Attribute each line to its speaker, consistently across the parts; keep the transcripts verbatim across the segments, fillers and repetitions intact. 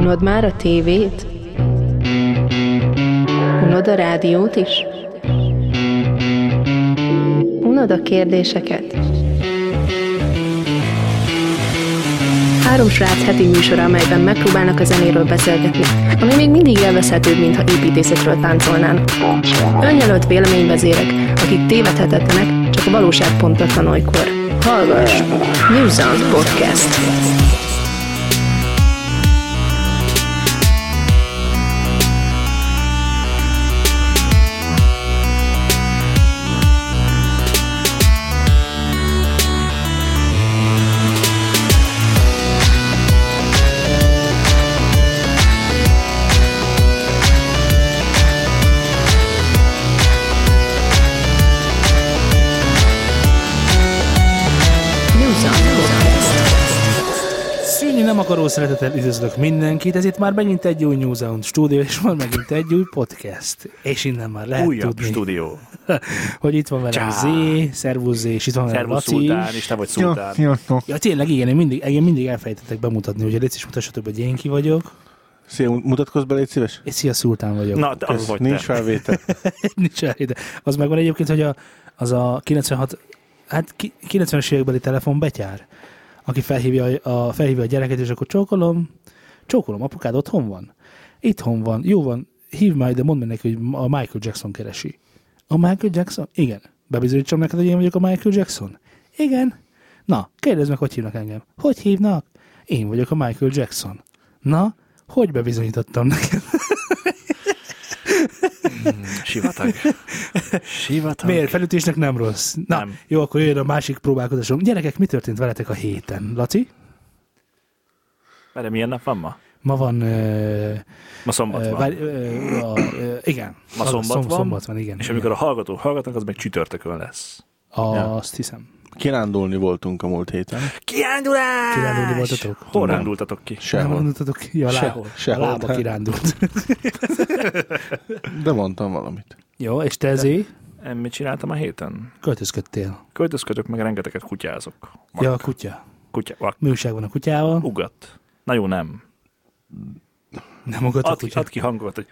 Speaker 1: Unod már a tévét? Unod a rádiót is? Unod a kérdéseket? Három srác heti műsora, amelyben megpróbálnak a zenéről beszélgetni, ami még mindig élvezhetőbb, mintha építészetről táncolnának. Önjelölt véleményvezérek, akik tévedhetetlenek, csak a valóság pontatlan olykor. Hallgass! New Sound Podcast.
Speaker 2: Nem akaró szeretettel üdvözlök mindenkit, ezért már megint egy új New Sound stúdió, és van megint egy új podcast. És innen már lehet
Speaker 3: újabb
Speaker 2: tudni,
Speaker 3: stúdió.
Speaker 2: hogy itt van velem Zé, szervusz Zé, és itt van velem Laci.
Speaker 3: Szultán, és te vagy Szultán.
Speaker 2: Ja, ja, ja, tényleg igen, én mindig, én mindig elfelejtettek bemutatni, hogy légy is mutassatok, hogy én ki vagyok.
Speaker 4: Szia, mutatkozz be, légy szíves?
Speaker 2: És szia, Szultán vagyok.
Speaker 3: Na, te az vagy
Speaker 4: nincs felvétel.
Speaker 2: Nincs felvétel. Az megvan egyébként, hogy a, az a kilencvenhat, hát kilencvenes évekbeli telefon betyár, aki felhívja a, felhívja a gyereket, és akkor csókolom, csókolom, apukád otthon van? Itthon van, jó van, hívd már ide, mondd meg neki, hogy a Michael Jackson keresi. A Michael Jackson? Igen. Bebizonyítsam neked, hogy én vagyok a Michael Jackson? Igen. Na, kérdezd meg, hogy hívnak engem. Hogy hívnak? Én vagyok a Michael Jackson. Na, hogy bebizonyítottam neked?
Speaker 3: Hmm, sivatag. Sivatag.
Speaker 2: Miért? Felütésnek nem rossz. Na, nem. Jó, akkor jöjjön a másik próbálkozásom. Gyerekek, mi történt veletek a héten? Laci?
Speaker 3: Várj, milyen nap van ma?
Speaker 2: Ma van... Uh,
Speaker 3: ma szombat
Speaker 2: uh,
Speaker 3: van.
Speaker 2: Vár, uh, uh, uh, igen.
Speaker 3: Ma szombat,
Speaker 2: szom,
Speaker 3: van,
Speaker 2: szombat van, igen.
Speaker 3: És
Speaker 2: igen.
Speaker 3: amikor a hallgatók hallgatnak, az meg csütörtökön lesz.
Speaker 2: A,
Speaker 3: ja.
Speaker 2: Azt hiszem.
Speaker 4: Kirándulni voltunk a múlt héten.
Speaker 3: Kirándulás!
Speaker 2: Kirándulni voltatok?
Speaker 3: Hol rándultatok ki?
Speaker 2: Sehol. Nem rándultatok ki? Ja,
Speaker 4: sehol. Sehol.
Speaker 2: A lába kirándult.
Speaker 4: De mondtam valamit.
Speaker 2: Jó, és te Zé?
Speaker 3: Én mit csináltam a héten?
Speaker 2: Költözködtél.
Speaker 3: Költözködök, meg rengeteget kutyázok.
Speaker 2: Vak. Ja, a kutya.
Speaker 3: Kutya, vak.
Speaker 2: Műság van a kutyával.
Speaker 3: Ugat. Na jó, nem.
Speaker 2: Nem ugat a
Speaker 3: ad,
Speaker 2: kutya.
Speaker 3: Add ki hangokat, hogy...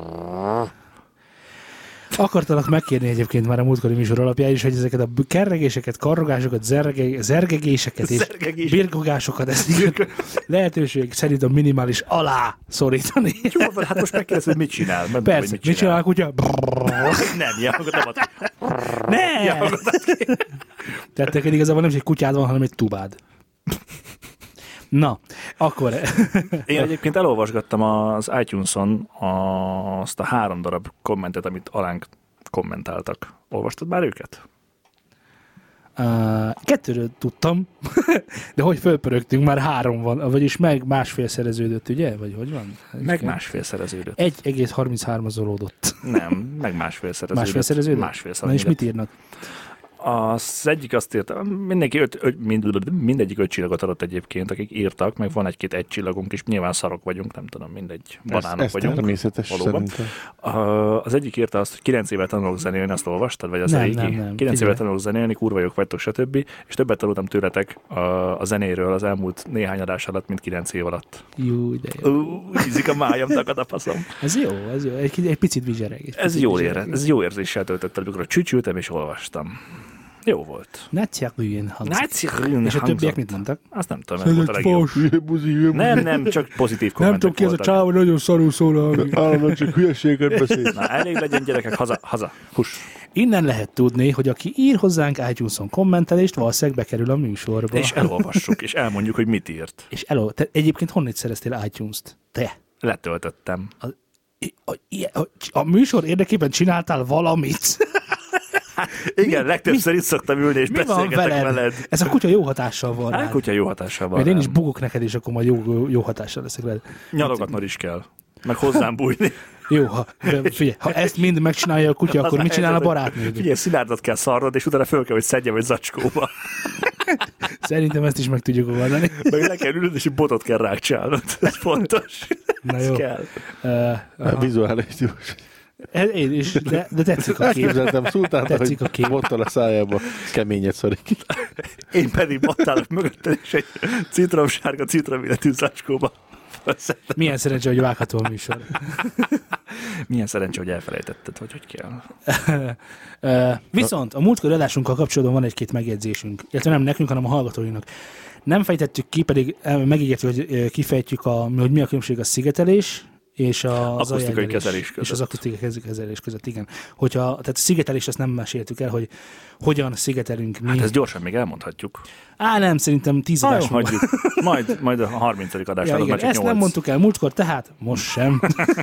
Speaker 2: Akartalak megkérni egyébként már a múltkori műsor alapján is, hogy ezeket a kerregéseket, karrogásokat, zerge, zergegéseket és
Speaker 3: Zergegés.
Speaker 2: birkogásokat ezt lehetőség szerint a minimális alá szorítani.
Speaker 3: Jó, hát most megkérdez, hogy mit csinál. Nem
Speaker 2: persze,
Speaker 3: tudom,
Speaker 2: mit csinál a kutya?
Speaker 3: Nem, ilyen hangot nem ad ki.
Speaker 2: Ne!
Speaker 3: Ilyen hangot ad ki.
Speaker 2: Tehát neked igazából nem is egy kutyád van, hanem egy tubád. Na, akkor...
Speaker 3: Én egyébként elolvasgattam az iTunes-on azt a három darab kommentet, amit alánk kommentáltak. Olvastad már őket?
Speaker 2: Uh, kettőről tudtam, de hogy fölpörögtünk, már három van, vagyis meg másfél szereződött, ugye? Vagy hogy van?
Speaker 3: Meg másfél szereződött.
Speaker 2: egy egész harminchárom-azolódott.
Speaker 3: Nem, meg másfél szereződött.
Speaker 2: Másfél szereződött?
Speaker 3: Másfél
Speaker 2: szereződött. Na és mit írnak?
Speaker 3: Az egyik azt írta, mindenki öt, öt, mind, mindegyik öt csillagot adott egyébként, akik írtak, meg van egy-két egy csillagunk is, nyilván szarok vagyunk, nem tudom, mindegy, banánok
Speaker 4: ez, ez
Speaker 3: vagyunk.
Speaker 4: természetes
Speaker 3: valóban.
Speaker 4: szerintem.
Speaker 3: Az egyik írta azt, hogy kilenc éve tanulok zenélni, azt olvastad, vagy az
Speaker 2: nem,
Speaker 3: régi?
Speaker 2: Nem, nem.
Speaker 3: kilenc éve tanulok zenélni, kurva jók vagytok, stb. És többet tanultam tőletek a, a zenéről az elmúlt néhány adás alatt, mint kilenc év alatt.
Speaker 2: Jó, de jó.
Speaker 3: Ú, ízik a májam, takad a faszom.
Speaker 2: Ez jó, ez jó. Egy, egy picit vizsereg. Egy
Speaker 3: Ez
Speaker 2: picit
Speaker 3: jó,
Speaker 2: vizsereg.
Speaker 3: ér, ez jó érzéssel töltött el, amikor csücsültem és olvastam. Jó volt.
Speaker 2: Nagyszerűen hangzik.
Speaker 3: Nagyszerűen
Speaker 2: És a többiek mit mondtak?
Speaker 3: Azt nem tudom, ez volt a legjobb. Nem, nem, csak pozitív kommentek
Speaker 2: Nem tudom ki, ez a csáva nagyon szarul szól.
Speaker 4: Állandóan csak hülyeséget beszél.
Speaker 3: Na, elég legyen gyerekek, haza, haza, huss.
Speaker 2: Innen lehet tudni, hogy aki ír hozzánk iTunes-on kommentelést, valószínűleg bekerül a műsorba.
Speaker 3: És elolvassuk, és elmondjuk, hogy mit írt.
Speaker 2: És elol... Te egyébként honnét szereztél iTunes-t? Te?
Speaker 3: Letöltöttem.
Speaker 2: A, a, a, a, a műsor érdekében csináltál valamit?
Speaker 3: Hát, igen, mi, legtöbbször mi, itt szoktam ülni, és beszélgetek veled? veled.
Speaker 2: Ez a kutya jó hatással van.
Speaker 3: A kutya jó hatással van.
Speaker 2: Mert én is bugok neked, és akkor majd jó, jó hatással leszek veled.
Speaker 3: Nyalogatnod is kell. Meg hozzám bújni.
Speaker 2: Jó, ha, figyelj, ha ezt mind megcsinálja a kutya, akkor mit csinál a barátnőd?
Speaker 3: Figyelj, szilárdat kell szarrod, és utána föl kell, hogy szedjem egy zacskóba.
Speaker 2: Szerintem ezt is meg tudjuk oldani.
Speaker 3: Meg le kell ülnöd, és botot kell rákcsálnod. Ez fontos.
Speaker 2: Na
Speaker 3: ez
Speaker 2: jó.
Speaker 3: kell.
Speaker 4: Uh, Vizuális.
Speaker 2: Én is, de, de tetszik a kép.
Speaker 4: Elképzeltem Szultánt,
Speaker 2: tetszik
Speaker 4: hogy
Speaker 2: a kép.
Speaker 4: bottal a szájába keményet szorik.
Speaker 3: Én pedig bottálok mögötted, és egy citromsárga, citromilletű zacskóba
Speaker 2: Milyen szerencsé, hogy vágható a műsor.
Speaker 3: Milyen szerencsé, hogy elfelejtetted, hogy hogy kell.
Speaker 2: uh, viszont a múltkor adásunkkal kapcsolatban van egy-két megjegyzésünk. Illetve nem nekünk, hanem a hallgatóinak. Nem fejtettük ki, pedig megígértük, hogy kifejtjük, a, hogy mi a különbség a szigetelés és a az
Speaker 3: akusztikai kezelés között.
Speaker 2: És az akusztikai kezelés között, igen. Hogyha, tehát a szigetelést azt nem meséltük el, hogy hogyan szigetelünk mi.
Speaker 3: Hát ezt gyorsan még elmondhatjuk.
Speaker 2: Á, nem, szerintem tíz adás
Speaker 3: múlva. Majd, majd a harmincadik adásra.
Speaker 2: Ja, igen, ezt nyolc. Nem mondtuk el múltkor, tehát most sem.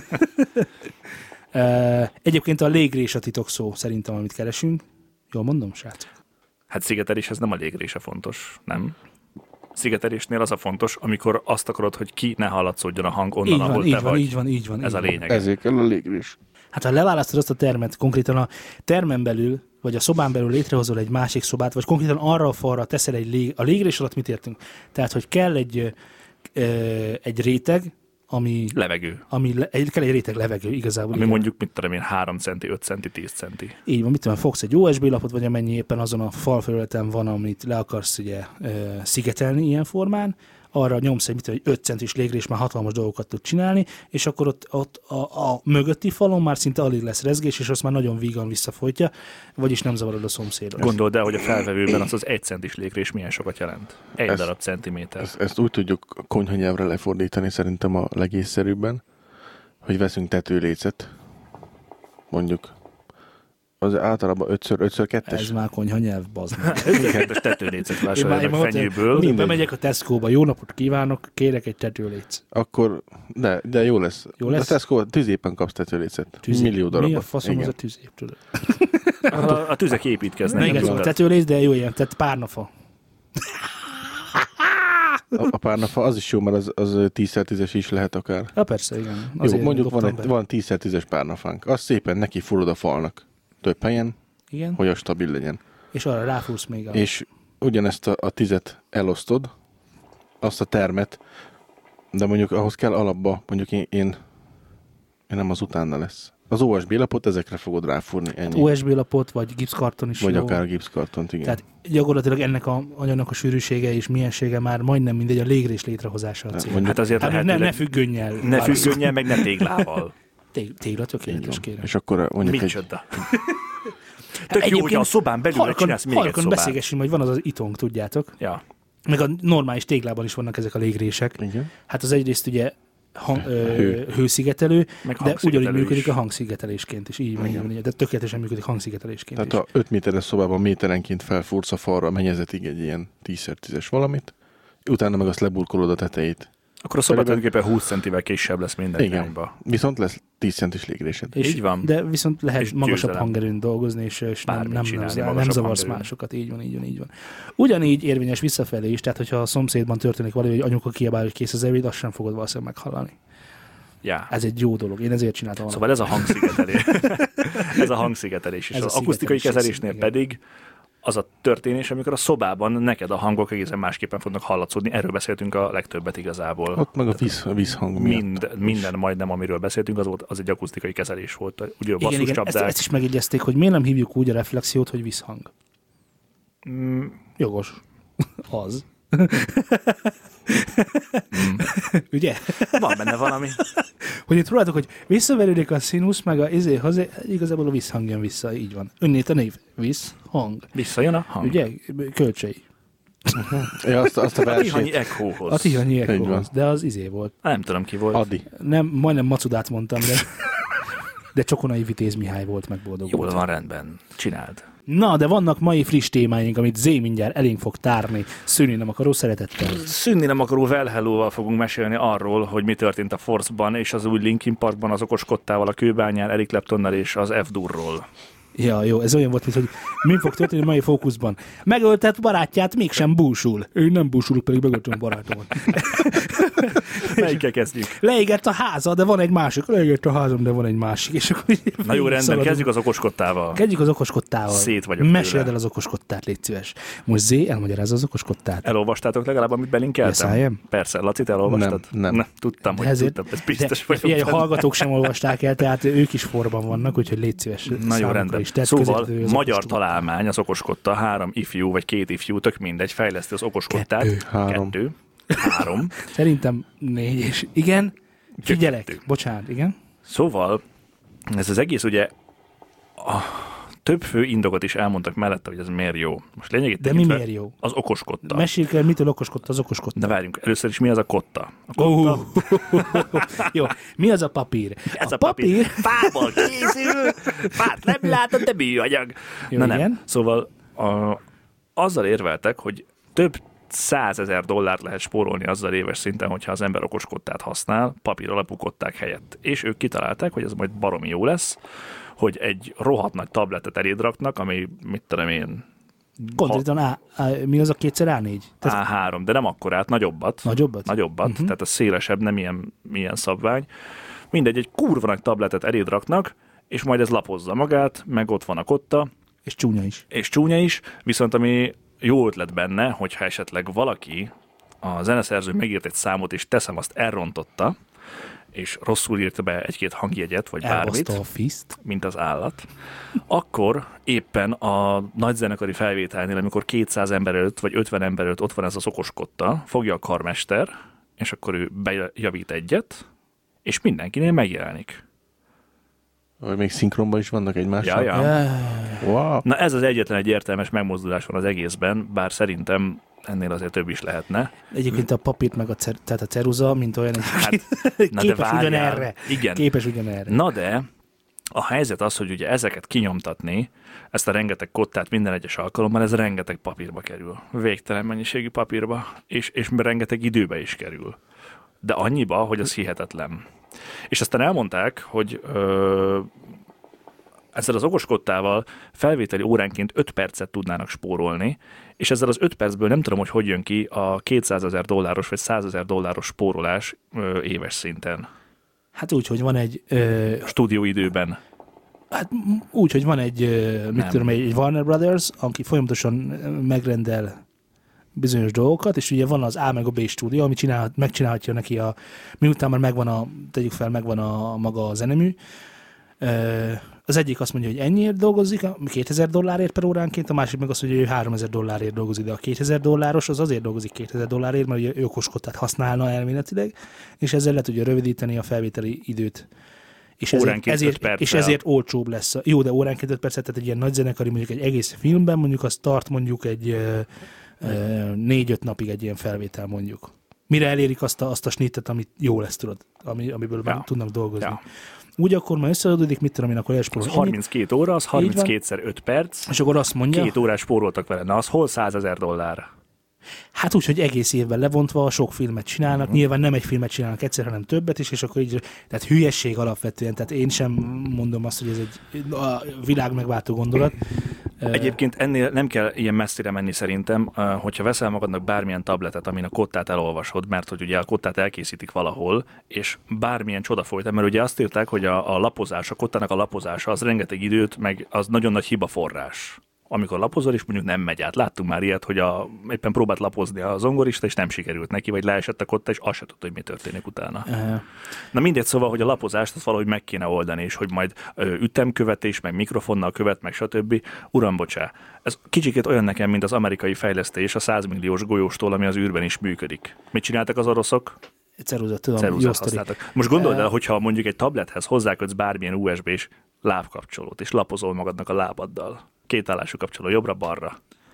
Speaker 2: Egyébként a légrés a titokszó szerintem, amit keresünk. Jól mondom, srácok?
Speaker 3: Hát szigeteléshez nem a légrése fontos, nem? Szigetelésnél az a fontos, amikor azt akarod, hogy ki ne hallatszódjon a hang onnan,
Speaker 2: így van,
Speaker 3: ahol
Speaker 2: így
Speaker 3: te
Speaker 2: van,
Speaker 3: vagy.
Speaker 2: Így van, így van.
Speaker 3: Ez
Speaker 2: így
Speaker 3: a lényeg.
Speaker 4: Ezért kell a légrés.
Speaker 2: Hát ha leválasztod azt a termet, konkrétan a termen belül, vagy a szobán belül létrehozol egy másik szobát, vagy konkrétan arra a falra teszel egy lég... A légrés alatt mit értünk? Tehát, hogy kell egy, ö, egy réteg, ami...
Speaker 3: Levegő.
Speaker 2: Ami le, egy, kell egy réteg levegő igazából.
Speaker 3: Ami igen. Mondjuk, mit tudom én, három centi, öt centi, tíz centi.
Speaker 2: Így van, mit tudom, fogsz egy o es bé lapot, vagy amennyi éppen azon a falfelületen van, amit le akarsz ugye ö, szigetelni ilyen formán, arra nyomsz egy, mit tudom, egy öt centis légrés, már hatalmas dolgokat tud csinálni, és akkor ott, ott a, a mögötti falon már szinte alig lesz rezgés, és azt már nagyon vígan visszafolytja, vagyis nem zavarod a szomszédot.
Speaker 3: Gondold el, hogy a felvevőben az az egy centis légrés milyen sokat jelent. Egy ezt, darab centiméter.
Speaker 4: Ezt, ezt úgy tudjuk konyhanyelvre lefordítani szerintem a legészszerűbben, hogy veszünk tetőlécet, mondjuk az általában ötször ötször kettes.
Speaker 2: Ez már konyha nyelv, bazd meg.
Speaker 3: ötször kettes tetőlécet vásárolnak fenyőből.
Speaker 2: Mindegy. Bemegyek a Tesco-ba, jó napot kívánok, kérek egy tetőléc.
Speaker 4: Akkor, de, de jó lesz.
Speaker 2: Jó lesz?
Speaker 4: A Tesco tüzépen kapsz tetőlécet.
Speaker 2: Tüzép.
Speaker 4: Millió darabot.
Speaker 2: Mi a faszom igen. Az a tüzép, tudod?
Speaker 3: A, a tüzek építkeznek.
Speaker 2: Igen, szóval tetőléc, de jó ilyen, tehát párnafa.
Speaker 4: A, a párnafa az is jó, mert az, az tízszer tízes is lehet akár.
Speaker 2: Ja, persze, igen.
Speaker 4: Azért jó, mondjuk van, egy, van tízszer tízes párnafánk. Az szépen neki fullod a falnak. Több helyen, igen. Hogy a stabil legyen.
Speaker 2: És arra ráfúrsz még. A...
Speaker 4: És ugyanezt a, a tizet elosztod, azt a termet, de mondjuk ahhoz kell alapba, mondjuk én, én, én nem az utána lesz. Az o es bé lapot ezekre fogod ráfúrni, ennyi.
Speaker 2: Hát o es bé lapot, vagy gipszkarton is
Speaker 4: vagy
Speaker 2: jó.
Speaker 4: akár gipszkartont, igen.
Speaker 2: Tehát gyakorlatilag ennek a anyagnak a sűrűsége és miensége már majdnem mindegy, a légrés létrehozása a cél.
Speaker 3: Hát, hát azért
Speaker 2: hát ne, ne függönnyel.
Speaker 3: Ne függönnyel, meg ne téglával.
Speaker 2: Tégla tökéletes, kérem.
Speaker 4: És akkor mondjuk
Speaker 3: Micsoda. Egy... Tök jó, hogy a szobán belül csinálsz még egy szobát.
Speaker 2: Beszélgessünk, hogy van az az itong, tudjátok?
Speaker 3: Ja.
Speaker 2: Meg a normális téglában is vannak ezek a légrések.
Speaker 4: Igen.
Speaker 2: Hát az egyrészt ugye hang, ö, hőszigetelő,
Speaker 3: meg
Speaker 2: de ugyanúgy működik
Speaker 3: is.
Speaker 2: a hangszigetelésként is. Így van, így, de tökéletesen működik hangszigetelésként
Speaker 4: Tehát
Speaker 2: is.
Speaker 4: ha öt méteres szobában méterenként felfúrsz a falra a mennyezetig egy ilyen tízszer tízes valamit, utána meg azt leburkolod a tetejét.
Speaker 3: Akkor a szoba tulajdonképpen húsz centivel kisebb lesz minden
Speaker 4: igen.
Speaker 3: irányba.
Speaker 4: Viszont lesz tíz centis légrésed.
Speaker 3: És így van.
Speaker 2: De viszont lehet
Speaker 3: és
Speaker 2: magasabb
Speaker 3: győzelem.
Speaker 2: hangerőn dolgozni, és, és nem, nem,
Speaker 3: csinálni,
Speaker 2: nem, nem zavarsz másokat. Így van, így van, így van. Ugyanígy érvényes visszafelé is, tehát hogyha a szomszédban történik valami, hogy anyuka kiabál, hogy kész az ebéd, azt sem fogod valószínűleg meghallani.
Speaker 3: Ja.
Speaker 2: Ez egy jó dolog, én ezért csináltam.
Speaker 3: Szóval ez a hangszigetelés. ez a hangszigetelés. És az akusztikai kezelésnél pedig az a történés, amikor a szobában neked a hangok egészen másképpen fognak hallatszódni. Erről beszéltünk a legtöbbet igazából.
Speaker 4: Ott meg a víz, a vízhang miatt.
Speaker 3: Mind, minden majdnem, amiről beszéltünk, az, volt, az egy akusztikai kezelés volt. Ugye a
Speaker 2: igen, igen. Ezt, ezt is megjegyezték, hogy miért nem hívjuk úgy a reflexiót, hogy vízhang.
Speaker 3: Mm.
Speaker 2: Jogos. Az.
Speaker 3: mm.
Speaker 2: Ugye?
Speaker 3: Van benne valami.
Speaker 2: Hogy itt próbáltuk, hogy visszaverődik a színusz, meg a izé, haza, igazából a vízhang jön vissza, így van. Önnét a név, vízhang.
Speaker 3: Visszajön a hang.
Speaker 2: Ugye? Kölcsei.
Speaker 4: ja, azt, azt a
Speaker 3: versét. A Tihanyi Echohoz.
Speaker 2: A Tihanyi Echohoz, de az izé volt.
Speaker 3: Nem tudom ki volt.
Speaker 4: Adi.
Speaker 2: Nem, majdnem Macudát mondtam, de, de Csokonai Vitéz Mihály volt meg boldog.
Speaker 3: Jól van, rendben. Csináld.
Speaker 2: Na, de vannak mai friss témáink, amit Zé mindjárt elénk fog tárni. Szűnni nem akaró szeretettel.
Speaker 3: Szűnni nem akaró Well Hello-val fogunk mesélni arról, hogy mi történt a Force-ban és az új Linkin Parkban, az Okoskottával, a Kőbányán, Eric Claptonnal és az F-Durról.
Speaker 2: Ja, jó, ez olyan volt, mint hogy mi fog történni mai fókuszban. Megöltett barátját mégsem búsul. Ő nem búsulok, pedig megöltöm a barátomat.
Speaker 3: Melyikkel kezdjük?
Speaker 2: Leégett a háza, de van egy másik. Leégett a házam, de van egy másik. És akkor
Speaker 3: na jó, rendben, szaladunk. Kezdjük az Okoskottával.
Speaker 2: Kezdjük az Okoskottával.
Speaker 3: Szét vagyok.
Speaker 2: Meséld el az Okoskottát, légy szíves. Most Zé elmagyarázza az Okoskottát.
Speaker 3: Elolvastátok legalább, amit belinkeltem?
Speaker 2: Yes,
Speaker 3: persze, Laci, te elolvastad?
Speaker 4: Nem, nem.
Speaker 3: Na, tudtam, hogy
Speaker 2: ezért,
Speaker 3: tudtam, ez biztos
Speaker 2: de,
Speaker 3: vagyok.
Speaker 2: A hallgatók sem olvasták el, tehát ők is forban vannak, úgyhogy légy szíves.
Speaker 3: Na jó, rendben. Is. Szóval magyar találmány az Okoskotta, három ifjú vagy két ifjú, tök mindegy, fejleszti az Okoskottát.
Speaker 2: Kettő.
Speaker 4: Három.
Speaker 3: Kettő. Három.
Speaker 2: Szerintem négy, és igen, figyelek,
Speaker 3: Kettő.
Speaker 2: bocsánat, igen.
Speaker 3: Szóval ez az egész ugye a több fő indokot is elmondtak mellette, hogy ez miért jó. Most lényegét
Speaker 2: De mi
Speaker 3: tekintve
Speaker 2: miért jó?
Speaker 3: Az okos kotta.
Speaker 2: Meséljük el, mitől okoskodta az okoskodta.
Speaker 3: De várjunk, először is mi az a kotta? A kotta
Speaker 2: Oh. Jó, mi az a papír?
Speaker 3: ez a, a papír, papír fából készül, fát nem látod, de műanyag.
Speaker 2: Jó,
Speaker 3: Na
Speaker 2: igen.
Speaker 3: nem. Szóval a, azzal érveltek, hogy több százezer dollárt lehet spórolni azzal éves szinten, hogyha az ember okos kottát használ, papír alapú kották helyett. És ők kitalálták, hogy ez majd baromi jó lesz, hogy egy rohadt nagy tabletet eléd raknak, ami, mit tudom én,
Speaker 2: Konkrétan A, A, mi az a kétszer á négy?
Speaker 3: á három, de nem akkorát, nagyobbat.
Speaker 2: Nagyobbat?
Speaker 3: Nagyobbat,
Speaker 2: Uh-huh.
Speaker 3: tehát a szélesebb, nem ilyen, ilyen szabvány. Mindegy, egy kurva nagy tabletet eléd raknak, és majd ez lapozza magát, meg ott van a kotta,
Speaker 2: És csúnya is.
Speaker 3: és csúnya is, viszont ami jó ötlet benne, hogyha esetleg valaki, a zeneszerző megírt egy számot, és teszem azt elrontotta, és rosszul írta be egy-két hangjegyet, vagy bármit,
Speaker 2: Elbaszta a fiszt.
Speaker 3: mint az állat, akkor éppen a nagyzenekari felvételnél, amikor kétszáz ember előtt, vagy ötven ember előtt ott van ez az okos kotta, fogja a karmester, és akkor ő bejavít egyet, és mindenkinél megjelenik.
Speaker 4: Vagy még szinkronban is vannak egymással.
Speaker 3: Ja, ja.
Speaker 2: Ja.
Speaker 4: Wow.
Speaker 3: Na ez az egyetlen egy értelmes megmozdulás van az egészben, bár szerintem ennél azért több is lehetne.
Speaker 2: Egyébként a papírt meg a, cer, tehát a ceruza, mint olyan, egy
Speaker 3: Hát, na de
Speaker 2: képes
Speaker 3: várjál.
Speaker 2: ugyanerre.
Speaker 3: Igen.
Speaker 2: Képes ugyanerre.
Speaker 3: Na de a helyzet az, hogy ugye ezeket kinyomtatni, ezt a rengeteg kottát minden egyes alkalommal, ez rengeteg papírba kerül. Végtelen mennyiségű papírba, és, és rengeteg időbe is kerül. De annyiba, hogy az hihetetlen. És aztán elmondták, hogy ö, ezzel az okos kottával felvételi óránként öt percet tudnának spórolni, és ezzel az öt percből nem tudom, hogy hogy jön ki a kétszázezer dolláros vagy százezer dolláros spórolás ö, éves szinten.
Speaker 2: Hát úgy, hogy van egy... Ö,
Speaker 3: Stúdióidőben.
Speaker 2: hát úgy, hogy van egy, ö, mit
Speaker 3: Nem.
Speaker 2: tudom, egy Warner Brothers, aki folyamatosan megrendel bizonyos dolgokat, és ugye van az A meg a B stúdió, ami csinálhat, megcsinálhatja neki a... Miután már megvan a... Tegyük fel, megvan a maga a zenemű. Ö, az egyik azt mondja, hogy ennyiért dolgozik, kétezer dollárért per óránként, a másik meg azt mondja, hogy ő háromezer dollárért dolgozik, de a kétezer dolláros az azért dolgozik kétezer dollárért, mert ugye ő okoskottát használna elméletileg, és ezzel le tudja rövidíteni a felvételi időt. És ezért,
Speaker 3: Óránként
Speaker 2: ezért,
Speaker 3: öt perccel.
Speaker 2: és ezért olcsóbb lesz. Jó, de óránként öt percet, tehát egy ilyen nagy zenekari, mondjuk egy egész filmben, mondjuk az tart mondjuk egy ö, ö, négy-öt napig egy ilyen felvétel mondjuk. Mire elérik azt a, azt a snittet, amit jó lesz, tudod, ami, amiből
Speaker 3: Ja.
Speaker 2: már tudnak dolgozni.
Speaker 3: Ja.
Speaker 2: Úgy akkor már összeadódik, mit tudom én, akkor
Speaker 3: Az
Speaker 2: elspórol.
Speaker 3: harminckét óra, az harminckétszer öt perc,
Speaker 2: És akkor azt mondja,
Speaker 3: két órás spóroltak vele. Na, az hol százezer dollár?
Speaker 2: hát úgy, hogy egész évben levontva sok filmet csinálnak, uh-huh. nyilván nem egy filmet csinálnak egyszer, hanem többet is, és akkor így, tehát hülyesség alapvetően, tehát én sem mondom azt, hogy ez egy a világ megváltó gondolat.
Speaker 3: Egyébként ennél nem kell ilyen messzire menni szerintem, hogyha veszel magadnak bármilyen tabletet, amin a kottát elolvasod, mert hogy ugye a kottát elkészítik valahol, és bármilyen csoda folyt, mert ugye azt írták, hogy a, a lapozás, a kottának a lapozása az rengeteg időt, meg az nagyon nagy hibaforrás. Amikor lapozol, és mondjuk nem megy át. Láttunk már ilyet, hogy a, éppen próbált lapozni a zongorista, és nem sikerült neki, vagy leesett a kotta, és azt se tudta, hogy mi történik utána.
Speaker 2: Uh,
Speaker 3: Na mindegy, szóval, hogy a lapozást azt valahogy meg kéne oldani, és hogy majd ö, ütemkövetés, meg mikrofonnal követ, meg stb. Uram, bocsá, ez kicsikét olyan nekem, mint az amerikai fejlesztés a száz milliós golyóstól, ami az űrben is működik. Mit csináltak az oroszok?
Speaker 2: ceruzat, tudom,
Speaker 3: Ceruzát
Speaker 2: jó sztori.
Speaker 3: használtak. Most gondold el, hogyha mondjuk egy tablethez hozzákötsz bármilyen u es bé-s lábkapcsolót, és lapozol magadnak a lábaddal. Kétállású kapcsoló, jobbra-balra.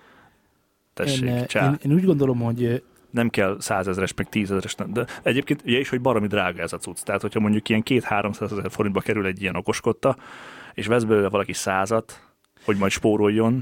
Speaker 3: Tessék,
Speaker 2: Én,
Speaker 3: csá.
Speaker 2: én, én úgy gondolom, hogy
Speaker 3: Nem kell százezres, meg tízezres, de egyébként ugye is, hogy baromi drága ez a cucc. Tehát, hogyha mondjuk ilyen két-háromszázezer forintba kerül egy ilyen okoskotta, és vesz belőle valaki százat, hogy majd spóroljon.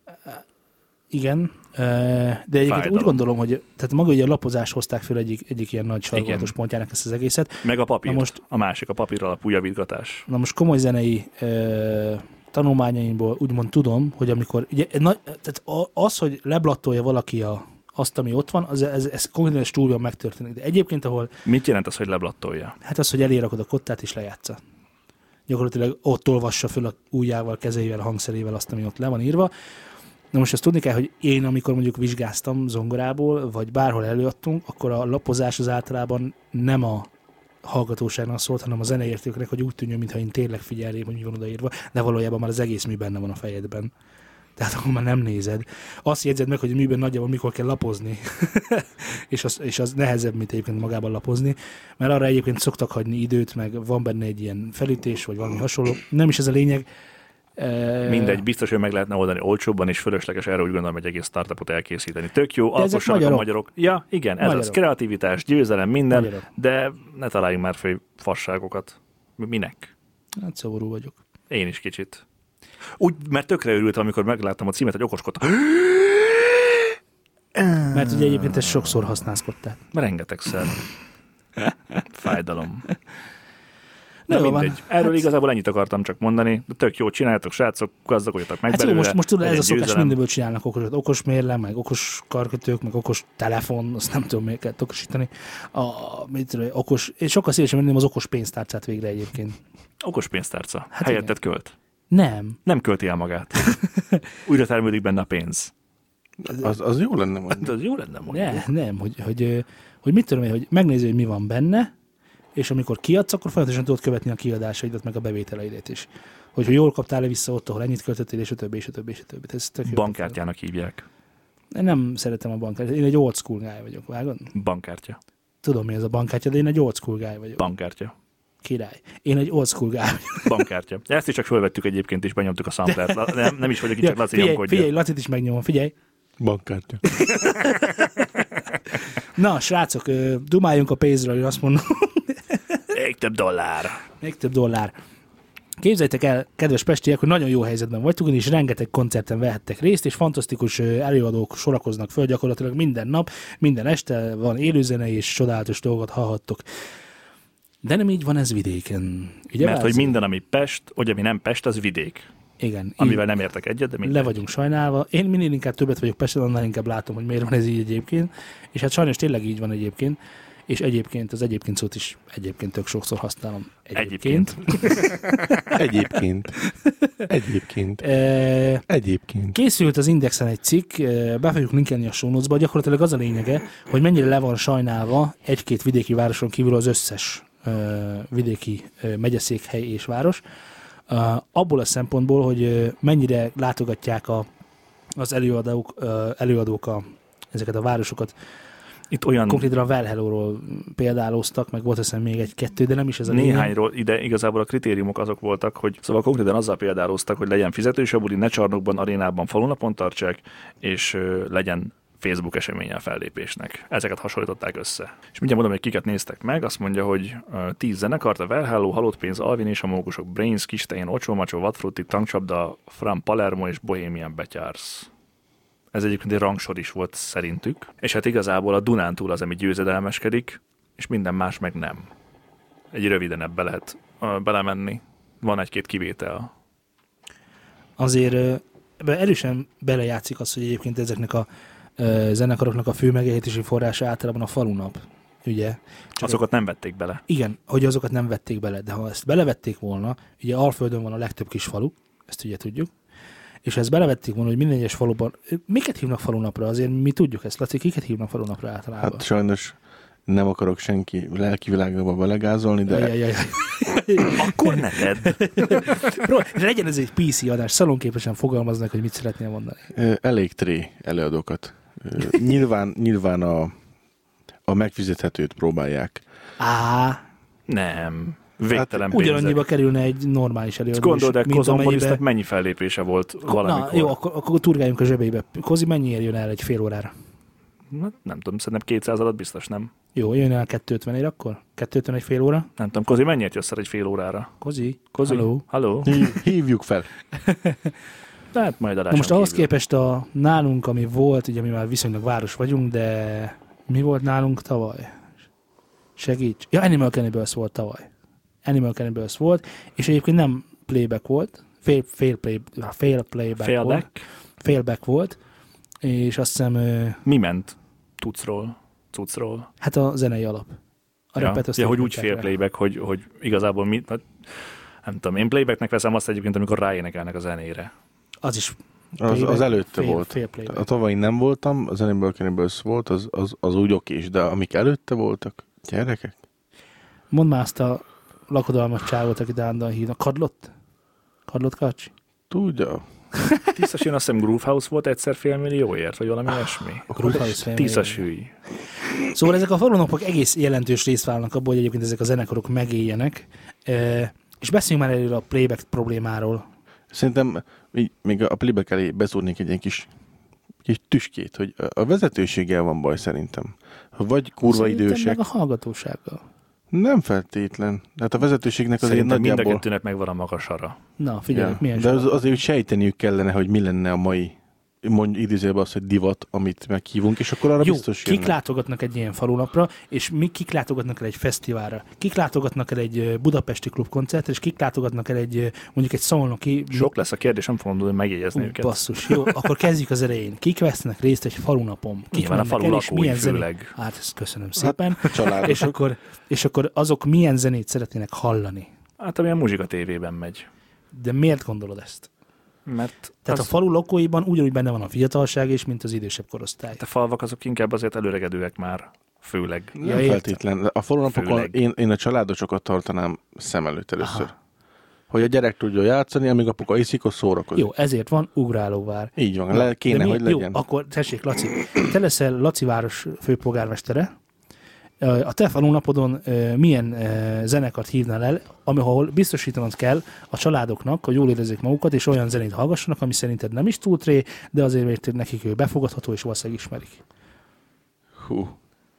Speaker 2: igen, de egyébként
Speaker 3: Fájdalom.
Speaker 2: úgy gondolom, hogy tehát maga ugye a lapozás hozták fel egyik, egyik ilyen nagy sarkalatos
Speaker 3: Igen.
Speaker 2: pontjának ezt az egészet.
Speaker 3: Meg a papír.
Speaker 2: Na most-
Speaker 3: A másik, a papír alapú javítgatás.
Speaker 2: Na most komoly zenei ö, tanulmányaimból úgymond tudom, hogy amikor, ugye, na, tehát a- az, hogy leblattolja valaki a, azt, ami ott van, az, ez, ez konkrétan stúdióban megtörténik. De egyébként, ahol,
Speaker 3: Mit jelent az, hogy leblattolja?
Speaker 2: hát az, hogy elérakod a kottát és lejátsza. Gyakorlatilag ott olvassa föl a ujjával, kezeivel, a hangszerével azt, ami ott le van írva. Na most azt tudni kell, hogy én, amikor mondjuk vizsgáztam zongorából, vagy bárhol előadtunk, akkor a lapozás az általában nem a hallgatóságnak szólt, hanem a zeneértőknek, hogy úgy tűnjön, mintha én tényleg figyelném, hogy mi van odaírva, de valójában már az egész mű benne van a fejedben. Tehát akkor már nem nézed. Azt jegyzed meg, hogy a műben nagyjából mikor kell lapozni. és, az, és az nehezebb, mint egyébként magában lapozni. Mert arra egyébként szoktak hagyni időt, meg van benne egy ilyen felütés, vagy valami hasonló. Nem is ez a lényeg.
Speaker 3: Mindegy, biztos, hogy meg lehetne oldani olcsóbban, és fölösleges erre úgy gondolom, hogy egész startupot elkészíteni. Tök jó, alkossanak magyarok. a magyarok. Ja, igen, ez magyarok. Az kreativitás, győzelem, minden, magyarok. De ne találjunk már föl fasságokat. Minek?
Speaker 2: Hát szomorú vagyok.
Speaker 3: Én is kicsit. Úgy, mert tökre örültem, amikor megláttam a címet, hogy okoskodtam.
Speaker 2: Mert ugye egyébként ezt sokszor használkozták.
Speaker 3: Rengetegszer. Fájdalom. De
Speaker 2: jó,
Speaker 3: mindegy. Erről hát... igazából ennyit akartam csak mondani. De tök jó, csináljátok, srácok, gazdagodjatok meg
Speaker 2: hát
Speaker 3: belőle.
Speaker 2: Jó, most, most tudod, ez a szokás mindenből csinálnak okosat. Okos mérle, meg okos karkötők, meg okos telefon, azt nem tudom, még kell okosítani. A, mit tudom, okos, és sokkal szívesen menném az okos pénztárcát végre egyébként.
Speaker 3: Okos pénztárca?
Speaker 2: Hát
Speaker 3: helyetted igen. Költ?
Speaker 2: Nem.
Speaker 3: Nem költi el magát. Újra termődik benne a pénz.
Speaker 4: Az, az jó lenne mondjuk.
Speaker 3: Az jó lenne mondjuk.
Speaker 2: Ne, nem, hogy, hogy, hogy mit tudom én, hogy megnézi, hogy mi van benne, és amikor kiadsz, akkor folyamatosan tudod követni a kiadásaidat, meg a bevételeidet is. Hogy, hogy jól kaptál-e vissza ott, ahol ennyit költöttél, és a többi, és a többi, és a többi. Ez tök jó.
Speaker 3: Bankkártyának hívják.
Speaker 2: Én nem szeretem a bankkártyát. Én egy old school guy vagyok, vágod?
Speaker 3: Bankkártya.
Speaker 2: Tudom, mi ez a bankkártya, de én egy old school guy vagyok.
Speaker 3: Bankkártya.
Speaker 2: Király. Én egy old school guy vagyok.
Speaker 3: Bankkártya. Ezt is csak fölvettük egyébként, és benyomtuk a samplert. Nem, nem is vagyok itt,
Speaker 2: ja,
Speaker 3: csak Laci
Speaker 2: figyelj,
Speaker 3: nyomkodja.
Speaker 2: Figyelj, Lacit is megnyomom, figyelj.
Speaker 4: Bankkártya.
Speaker 2: Na, srácok, dumáljunk a pénzről, én azt mondom.
Speaker 3: Még több dollár.
Speaker 2: Még több dollár. Képzeljétek el, kedves pestiek, hogy nagyon jó helyzetben vagytok, és rengeteg koncerten vehettek részt, és fantasztikus előadók sorakoznak föl gyakorlatilag minden nap, minden este van élőzene, és csodálatos dolgot hallhattok. De nem így van ez vidéken. Ugye
Speaker 3: Mert hogy minden, ami Pest, hogy ami nem Pest, az vidék.
Speaker 2: Igen.
Speaker 3: Amivel így nem értek egyet, de mindegy.
Speaker 2: Le vagyunk sajnálva. Én minél inkább többet vagyok Pesten, annál inkább látom, hogy miért van ez így egyébként. És hát sajnos tényleg így van egyébként. És egyébként az egyébként szót is egyébként tök sokszor használom. Egyébként.
Speaker 4: Egyébként. Egyébként.
Speaker 2: E,
Speaker 4: egyébként.
Speaker 2: Készült az Indexen egy cikk, be fogjuk linkelni a show notes-ba. Gyakorlatilag az a lényege, hogy mennyire le van sajnálva egy-két vidéki városon kívül az összes uh, vidéki uh, megyeszékhely és város. Uh, abból a szempontból, hogy uh, mennyire látogatják a, az előadók, uh, előadók a, ezeket a városokat.
Speaker 3: Itt olyan...
Speaker 2: Konkrétan a Well Hello-ról példáloztak, meg volt aztán még egy-kettő, de nem is ez a lényeg.
Speaker 3: Néhányról ide igazából a kritériumok azok voltak, hogy szóval konkrétan azzal példáloztak, hogy legyen fizetős a buli, ne csarnokban, arénában, falunapon tartsák, és uh, legyen Facebook eseménye a fellépésnek. Ezeket hasonlították össze. És mindjárt mondom, hogy kiket néztek meg, azt mondja, hogy uh, tíz zenekart, a Well Hello, Halott Pénz, Alvin és a Mókusok, Brains, Kistején, Ocsó Macsó, Vadfrutti, Tankcsapda, Fran Palermo és Bohemian Betyars. Ez egyébként egy rangsor is volt szerintük. És hát igazából a Dunántúl az, ami győzedelmeskedik, és minden más meg nem. Egy röviden ebbe lehet uh, belemenni. Van egy-két kivétel.
Speaker 2: Azért uh, erősen belejátszik az, hogy egyébként ezeknek a uh, zenekaroknak a fő megélhetési forrása általában a falunap. Ugye?
Speaker 3: Csak azokat nem vették bele.
Speaker 2: Igen, hogy azokat nem vették bele, de ha ezt belevették volna, ugye Alföldön van a legtöbb kis falu, ezt ugye tudjuk, és ha ezt belevették volna, hogy minden egyes faluban, miket hívnak falunapra? Azért mi tudjuk ezt, Laci, kiket hívnak falunapra általában?
Speaker 4: Hát sajnos nem akarok senki lelki világába belegázolni, de...
Speaker 2: Jaj, jaj,
Speaker 3: jaj. Akkor ne tedd!
Speaker 2: Legyen ez egy pé cé adás, szalonképesen fogalmaznak, hogy mit szeretnél mondani.
Speaker 4: Elég tré előadókat. Nyilván, nyilván a, a megfizethetőt próbálják.
Speaker 2: Á,
Speaker 3: nem... Végtelen hát,
Speaker 2: ugyanannyiba kerülne egy normális előadó.
Speaker 3: Gondold el, Kozombolisnak mennyi fellépése volt valamikor?
Speaker 2: Na, jó, akkor, akkor turgáljunk a zsebébe. Kozi mennyiért jön el egy fél órára?
Speaker 3: Na, nem tudom, szerintem kétszáz alatt biztos nem.
Speaker 2: Jó, jön el kétszázötvenért akkor? kétszázötven egy fél óra?
Speaker 3: Nem tudom, Kozi mennyiért jössz el egy fél órára?
Speaker 2: Kozi?
Speaker 3: Kozi?
Speaker 2: Halló?
Speaker 3: Halló?
Speaker 4: Hívjuk fel.
Speaker 3: Tehát majd adáson
Speaker 2: most ahhoz
Speaker 3: kívül.
Speaker 2: képest a nálunk, ami volt, ugye mi már viszonylag város vagyunk, de mi volt nálunk tavaly? Segíts. Ja, Animal Cannibals volt tavaly. Animal Cannibals volt, és egyébként nem playback volt, fél, fél, play, fél playback
Speaker 3: fél
Speaker 2: volt.
Speaker 3: Back.
Speaker 2: Félback volt, és azt hiszem...
Speaker 3: Mi ment tucról, cucról?
Speaker 2: Hát a zenei alap. A
Speaker 3: ja,
Speaker 2: repet
Speaker 3: ja hogy úgy fél playback, hogy, hogy igazából mit... Nem tudom, én playbacknek veszem azt egyébként, amikor ráénekelnek a zenére.
Speaker 2: Az is
Speaker 4: Az, az előtte
Speaker 2: fél,
Speaker 4: volt.
Speaker 2: Fél
Speaker 4: a tavalyi nem voltam, az Animal Cannibals volt, az, az, az úgy okés, de amik előtte voltak, gyerekek?
Speaker 2: Mondd már azt a lakodalmas csávot, akit állandóan hívnak. Kadlott? Kadlott Kacsi?
Speaker 4: Tudja.
Speaker 3: Tisztas jön, azt hiszem Groove House volt egyszer fél millióért, vagy valami ilyesmi.
Speaker 2: Groove House fél
Speaker 3: Tisztas hülyi.
Speaker 2: Szóval ezek a falunapok egész jelentős részt válnak abból, hogy egyébként ezek a zenekarok megéljenek. E, és beszéljünk már előre a playback problémáról.
Speaker 4: Szerintem így, még a playback elé bezúrnék egy ilyen kis, kis tüskét, hogy a vezetőséggel van baj szerintem. Vagy kurva
Speaker 2: Szerintem
Speaker 4: idősek.
Speaker 2: meg a hallgatósággal.
Speaker 4: Nem feltétlen. Tehát a vezetőségnek azért
Speaker 3: Szerintem mind a
Speaker 4: nagyjából...
Speaker 3: kettőnek megvan a maga sara.
Speaker 2: Na, figyelj,
Speaker 4: Ja.
Speaker 2: milyen
Speaker 4: De az,
Speaker 2: sokat.
Speaker 4: azért úgy sejteniük kellene, hogy mi lenne a mai, mondj idézőjelben az, hogy divat, amit meghívunk, és akkor arra
Speaker 2: Jó,
Speaker 4: biztos
Speaker 2: kik
Speaker 4: jönnek.
Speaker 2: látogatnak egy ilyen falunapra, és mi kik látogatnak el egy fesztiválra, kik látogatnak el egy ö, budapesti klubkoncertre, és kik látogatnak el egy ö, mondjuk egy szolnoki...
Speaker 3: Sok lesz a kérdés, nem fogom tudni megjegyezni
Speaker 2: Ú,
Speaker 3: őket.
Speaker 2: basszus, jó, akkor kezdjük az elején. Kik vesznek részt egy falunapon? Kik
Speaker 3: Nyilván a
Speaker 2: mennek
Speaker 3: falu
Speaker 2: el, és
Speaker 3: lakói
Speaker 2: milyen zenét-
Speaker 3: főleg.
Speaker 2: Hát ezt köszönöm szépen.
Speaker 4: Hát, családosok.
Speaker 2: és, akkor, és akkor azok milyen zenét szeretnének hallani?
Speaker 3: Hát amilyen muzsika tévében megy.
Speaker 2: De miért gondolod ezt?
Speaker 3: Mert
Speaker 2: Tehát
Speaker 3: az,
Speaker 2: a falu lakóiban ugyanúgy benne van a fiatalság is, mint az idősebb korosztály.
Speaker 3: a falvak azok inkább azért előregedőek már, főleg.
Speaker 4: Nem
Speaker 2: Ja,
Speaker 4: ja,
Speaker 2: értem.
Speaker 4: feltétlen. A falunapokon
Speaker 3: Főleg.
Speaker 4: én, én a családosokat tartanám szem előtt először.
Speaker 2: Aha.
Speaker 4: Hogy a gyerek tudja játszani, amíg apuka iszik, az szórakozik.
Speaker 2: Jó, ezért van ugrálóvár.
Speaker 4: Így van,
Speaker 2: Na,
Speaker 4: le, kéne,
Speaker 2: de mi-
Speaker 4: hogy legyen.
Speaker 2: Jó, akkor tessék, Laci. Te leszel Laci város főpolgármestere. A te falunapodon ö, milyen ö, zenekart hívnál el, ahol biztosítanod kell a családoknak, hogy jól érezzék magukat, és olyan zenét hallgassanak, ami szerinted nem is túl tré, de azért mert nekik ő befogadható, és valószínűleg ismerik.
Speaker 4: Hú.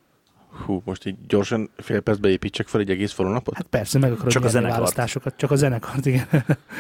Speaker 4: Hú, most így gyorsan fél percbe építsek fel egy egész falunapot?
Speaker 2: Hát persze, meg akarod
Speaker 3: Csak a
Speaker 2: nyerni
Speaker 3: zenekart.
Speaker 2: választásokat, csak a zenekart, igen.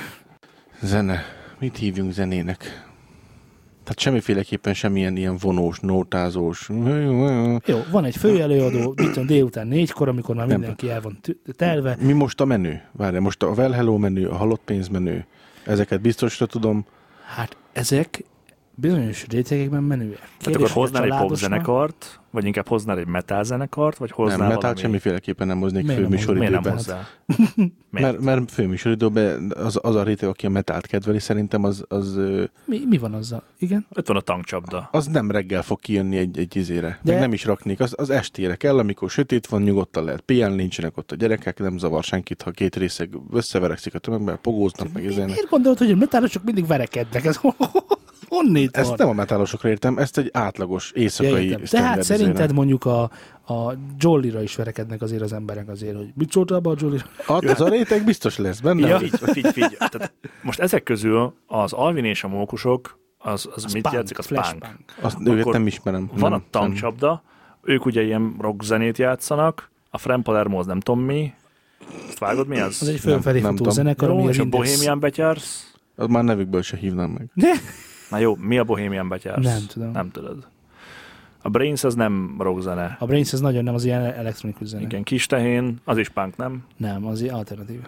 Speaker 4: Zene. Mit hívjunk zenének? Tehát semmiféleképpen semmilyen ilyen vonós, nótázós.
Speaker 2: Jó, van egy főelőadó, mit tudom, délután négykor, amikor már
Speaker 4: Nem.
Speaker 2: mindenki el van tü- telve.
Speaker 4: Mi most a menü? Várj, most a Well Hello menü, a halott pénz menü. Ezeket biztosra tudom.
Speaker 2: Hát ezek bizonyos rétegekben menőek.
Speaker 3: Tehát
Speaker 2: Kérdés,
Speaker 3: akkor
Speaker 2: hogy a
Speaker 3: hoznál egy
Speaker 2: családosnak-
Speaker 3: popzenekart, vagy inkább hoznál egy metal zenekart, vagy hoznál
Speaker 4: Nem, metált
Speaker 3: valami...
Speaker 4: semmiféleképpen nem hoznék
Speaker 2: Miért nem
Speaker 3: Miért nem
Speaker 4: főműsoridőben.
Speaker 3: hozzá?
Speaker 4: Mert, mert főműsoridőben az, az a réteg, aki a metált kedveli, szerintem az, az, ö,
Speaker 2: Mi, mi van azzal? Igen?
Speaker 3: Ott van a tankcsapda.
Speaker 4: az nem reggel fog kijönni egy, egy izére.
Speaker 2: De-
Speaker 4: Meg nem is raknék, az, az estére kell, amikor sötét van, nyugodtan lehet pihenni, nincsenek ott a gyerekek, nem zavar senkit, ha két részeg összeverekszik a tömegben, pogóznak, meg
Speaker 2: Mi,
Speaker 4: izének.
Speaker 2: miért gondolod, hogy a metálosok mindig verekednek? Ez honnét
Speaker 4: Ezt
Speaker 2: van?
Speaker 4: nem a metálosokra értem, ezt egy átlagos
Speaker 2: Ja,
Speaker 4: éjszakai
Speaker 2: értem.
Speaker 4: standard
Speaker 2: Tehát szerinted
Speaker 4: izére.
Speaker 2: mondjuk a, a Jolly-ra is verekednek azért az emberek azért, hogy mit szóltál be a Jolly-ra?
Speaker 4: Hát az a réteg biztos lesz benne.
Speaker 2: Ja.
Speaker 3: Figy, figy, figy. Tehát most ezek közül az Alvin és a mókusok, az, az,
Speaker 2: Az
Speaker 3: mit
Speaker 2: punk,
Speaker 3: játszik? Az
Speaker 2: flash
Speaker 3: punk.
Speaker 2: punk.
Speaker 4: Azt őket
Speaker 3: Akkor
Speaker 4: nem ismerem.
Speaker 3: Van
Speaker 4: nem,
Speaker 3: a tankcsapda, ők ugye ilyen rock zenét játszanak, a Fran Palermo az nem tudom mi. Ezt vágod mi az?
Speaker 2: Az egy fölfelé
Speaker 4: nem
Speaker 2: futó
Speaker 4: tudom.
Speaker 2: zenekar, ami
Speaker 3: Jó,
Speaker 2: az
Speaker 3: és a
Speaker 2: Index-
Speaker 3: Bohemian Betyars?
Speaker 4: Az már nevükből se hívnám meg.
Speaker 3: Na jó, mi a Bohemian Betyars?
Speaker 2: Nem tudom.
Speaker 3: Nem tudod. A Brains az nem rock zene.
Speaker 2: A Brains ez nagyon nem, az ilyen elektronikus zene.
Speaker 3: Igen, Kis Tehén, az is punk, nem?
Speaker 2: Nem, az ilyen alternatív.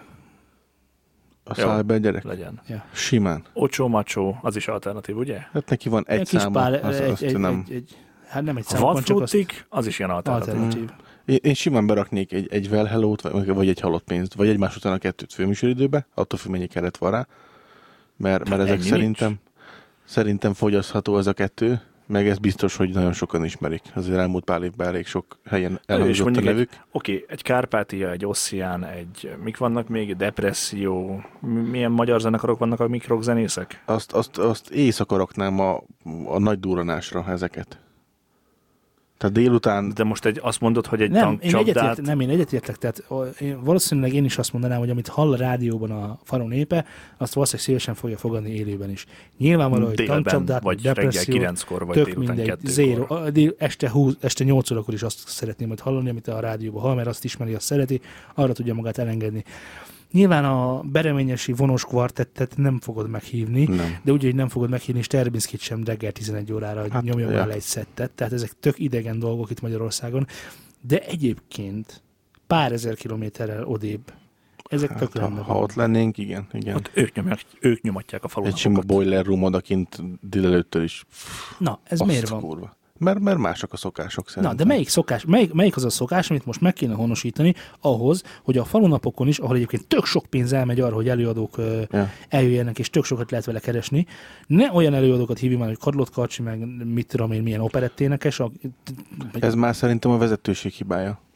Speaker 4: A
Speaker 3: Jó.
Speaker 4: szállj be, gyerek.
Speaker 3: Legyen.
Speaker 2: Ja.
Speaker 4: Simán.
Speaker 3: Ocsó Macsó, az is alternatív, ugye?
Speaker 4: Hát neki van egy
Speaker 2: Egy kis
Speaker 4: száma,
Speaker 2: pál,
Speaker 4: az,
Speaker 2: egy,
Speaker 4: azt
Speaker 2: egy,
Speaker 4: nem.
Speaker 2: egy, egy, hát nem egy
Speaker 3: A
Speaker 2: szám,
Speaker 3: Van
Speaker 2: van, csak azt
Speaker 3: Frutik, az is ilyen alternatív.
Speaker 2: alternatív.
Speaker 4: Én, én simán beraknék egy, egy Well Hello-t, vagy, vagy egy halott pénzt, vagy egymás után a kettőt főműsoridőbe, attól függ, mennyi keret van rá, mert, mert ezek
Speaker 3: Ennyi
Speaker 4: szerintem,
Speaker 3: nincs.
Speaker 4: szerintem fogyasztható ez a kettő, meg ez biztos, hogy nagyon sokan ismerik. Azért elmúlt pár évben elég sok helyen
Speaker 3: És
Speaker 4: elhangzott a
Speaker 3: mondjuk
Speaker 4: nevük.
Speaker 3: egy, oké, egy Kárpátia, egy Ossian, egy, mik vannak még, Depresszió, mi- milyen magyar zenekarok vannak, amik rockzenészek?
Speaker 4: Azt, azt, azt éjszaka raknám a, a nagy durranásra ezeket. Tehát délután
Speaker 3: De most egy, azt mondod, hogy egy
Speaker 2: Nem, én
Speaker 3: tankcsapdát,
Speaker 2: egyetért, nem, én egyetértek, tehát ó, én, valószínűleg én is azt mondanám, hogy amit hall a rádióban a falu népe, azt valószínűleg szívesen fogja fogadni élőben is. Nyilvánvaló, hogy
Speaker 3: délben,
Speaker 2: tankcsapdát,
Speaker 3: vagy reggel
Speaker 2: depresszió,
Speaker 3: kilenckor, vagy
Speaker 2: tök
Speaker 3: délután
Speaker 2: mindegy,
Speaker 3: kettőkor.
Speaker 2: zéro, a- dél- este, húsz, este nyolc órakor is azt szeretném majd hallani, amit a rádióban hall, mert azt ismeri, azt szereti, arra tudja magát elengedni. Nyilván a bereményesi vonós kvartettet nem fogod meghívni,
Speaker 4: nem.
Speaker 2: de úgy, hogy nem fogod meghívni Sterbinskit sem reggel tizenegy órára, hogy
Speaker 4: Hát,
Speaker 2: nyomjon
Speaker 4: ja.
Speaker 2: vele egy szettet. Tehát ezek tök idegen dolgok itt Magyarországon. De egyébként pár ezer kilométerrel odébb. Ezek
Speaker 4: Hát,
Speaker 2: tök
Speaker 4: ha,
Speaker 2: rendben
Speaker 4: ha
Speaker 2: vannak.
Speaker 4: ott lennénk, igen. igen.
Speaker 3: Ott ők, nyomják, ők nyomatják a
Speaker 4: Egy sima
Speaker 3: falunapokat.
Speaker 4: boiler room odakint délelőttől is.
Speaker 2: Na, ez
Speaker 4: Azt
Speaker 2: miért
Speaker 4: a
Speaker 2: van?
Speaker 4: Kurva. Mert, mert mások a szokások
Speaker 2: Na,
Speaker 4: szerintem.
Speaker 2: de melyik szokás, melyik, melyik az a szokás, amit most meg kéne honosítani ahhoz, hogy a falunapokon is, ahol egyébként tök sok pénz elmegy arra, hogy előadók ö,
Speaker 4: Ja.
Speaker 2: eljöjjenek, és tök sokat lehet vele keresni, ne olyan előadókat hívjunk már, hogy Karlott Karcsi, meg mit tudom én, milyen operetténekes. A,
Speaker 4: Ez már szerintem a vezetőség hibája.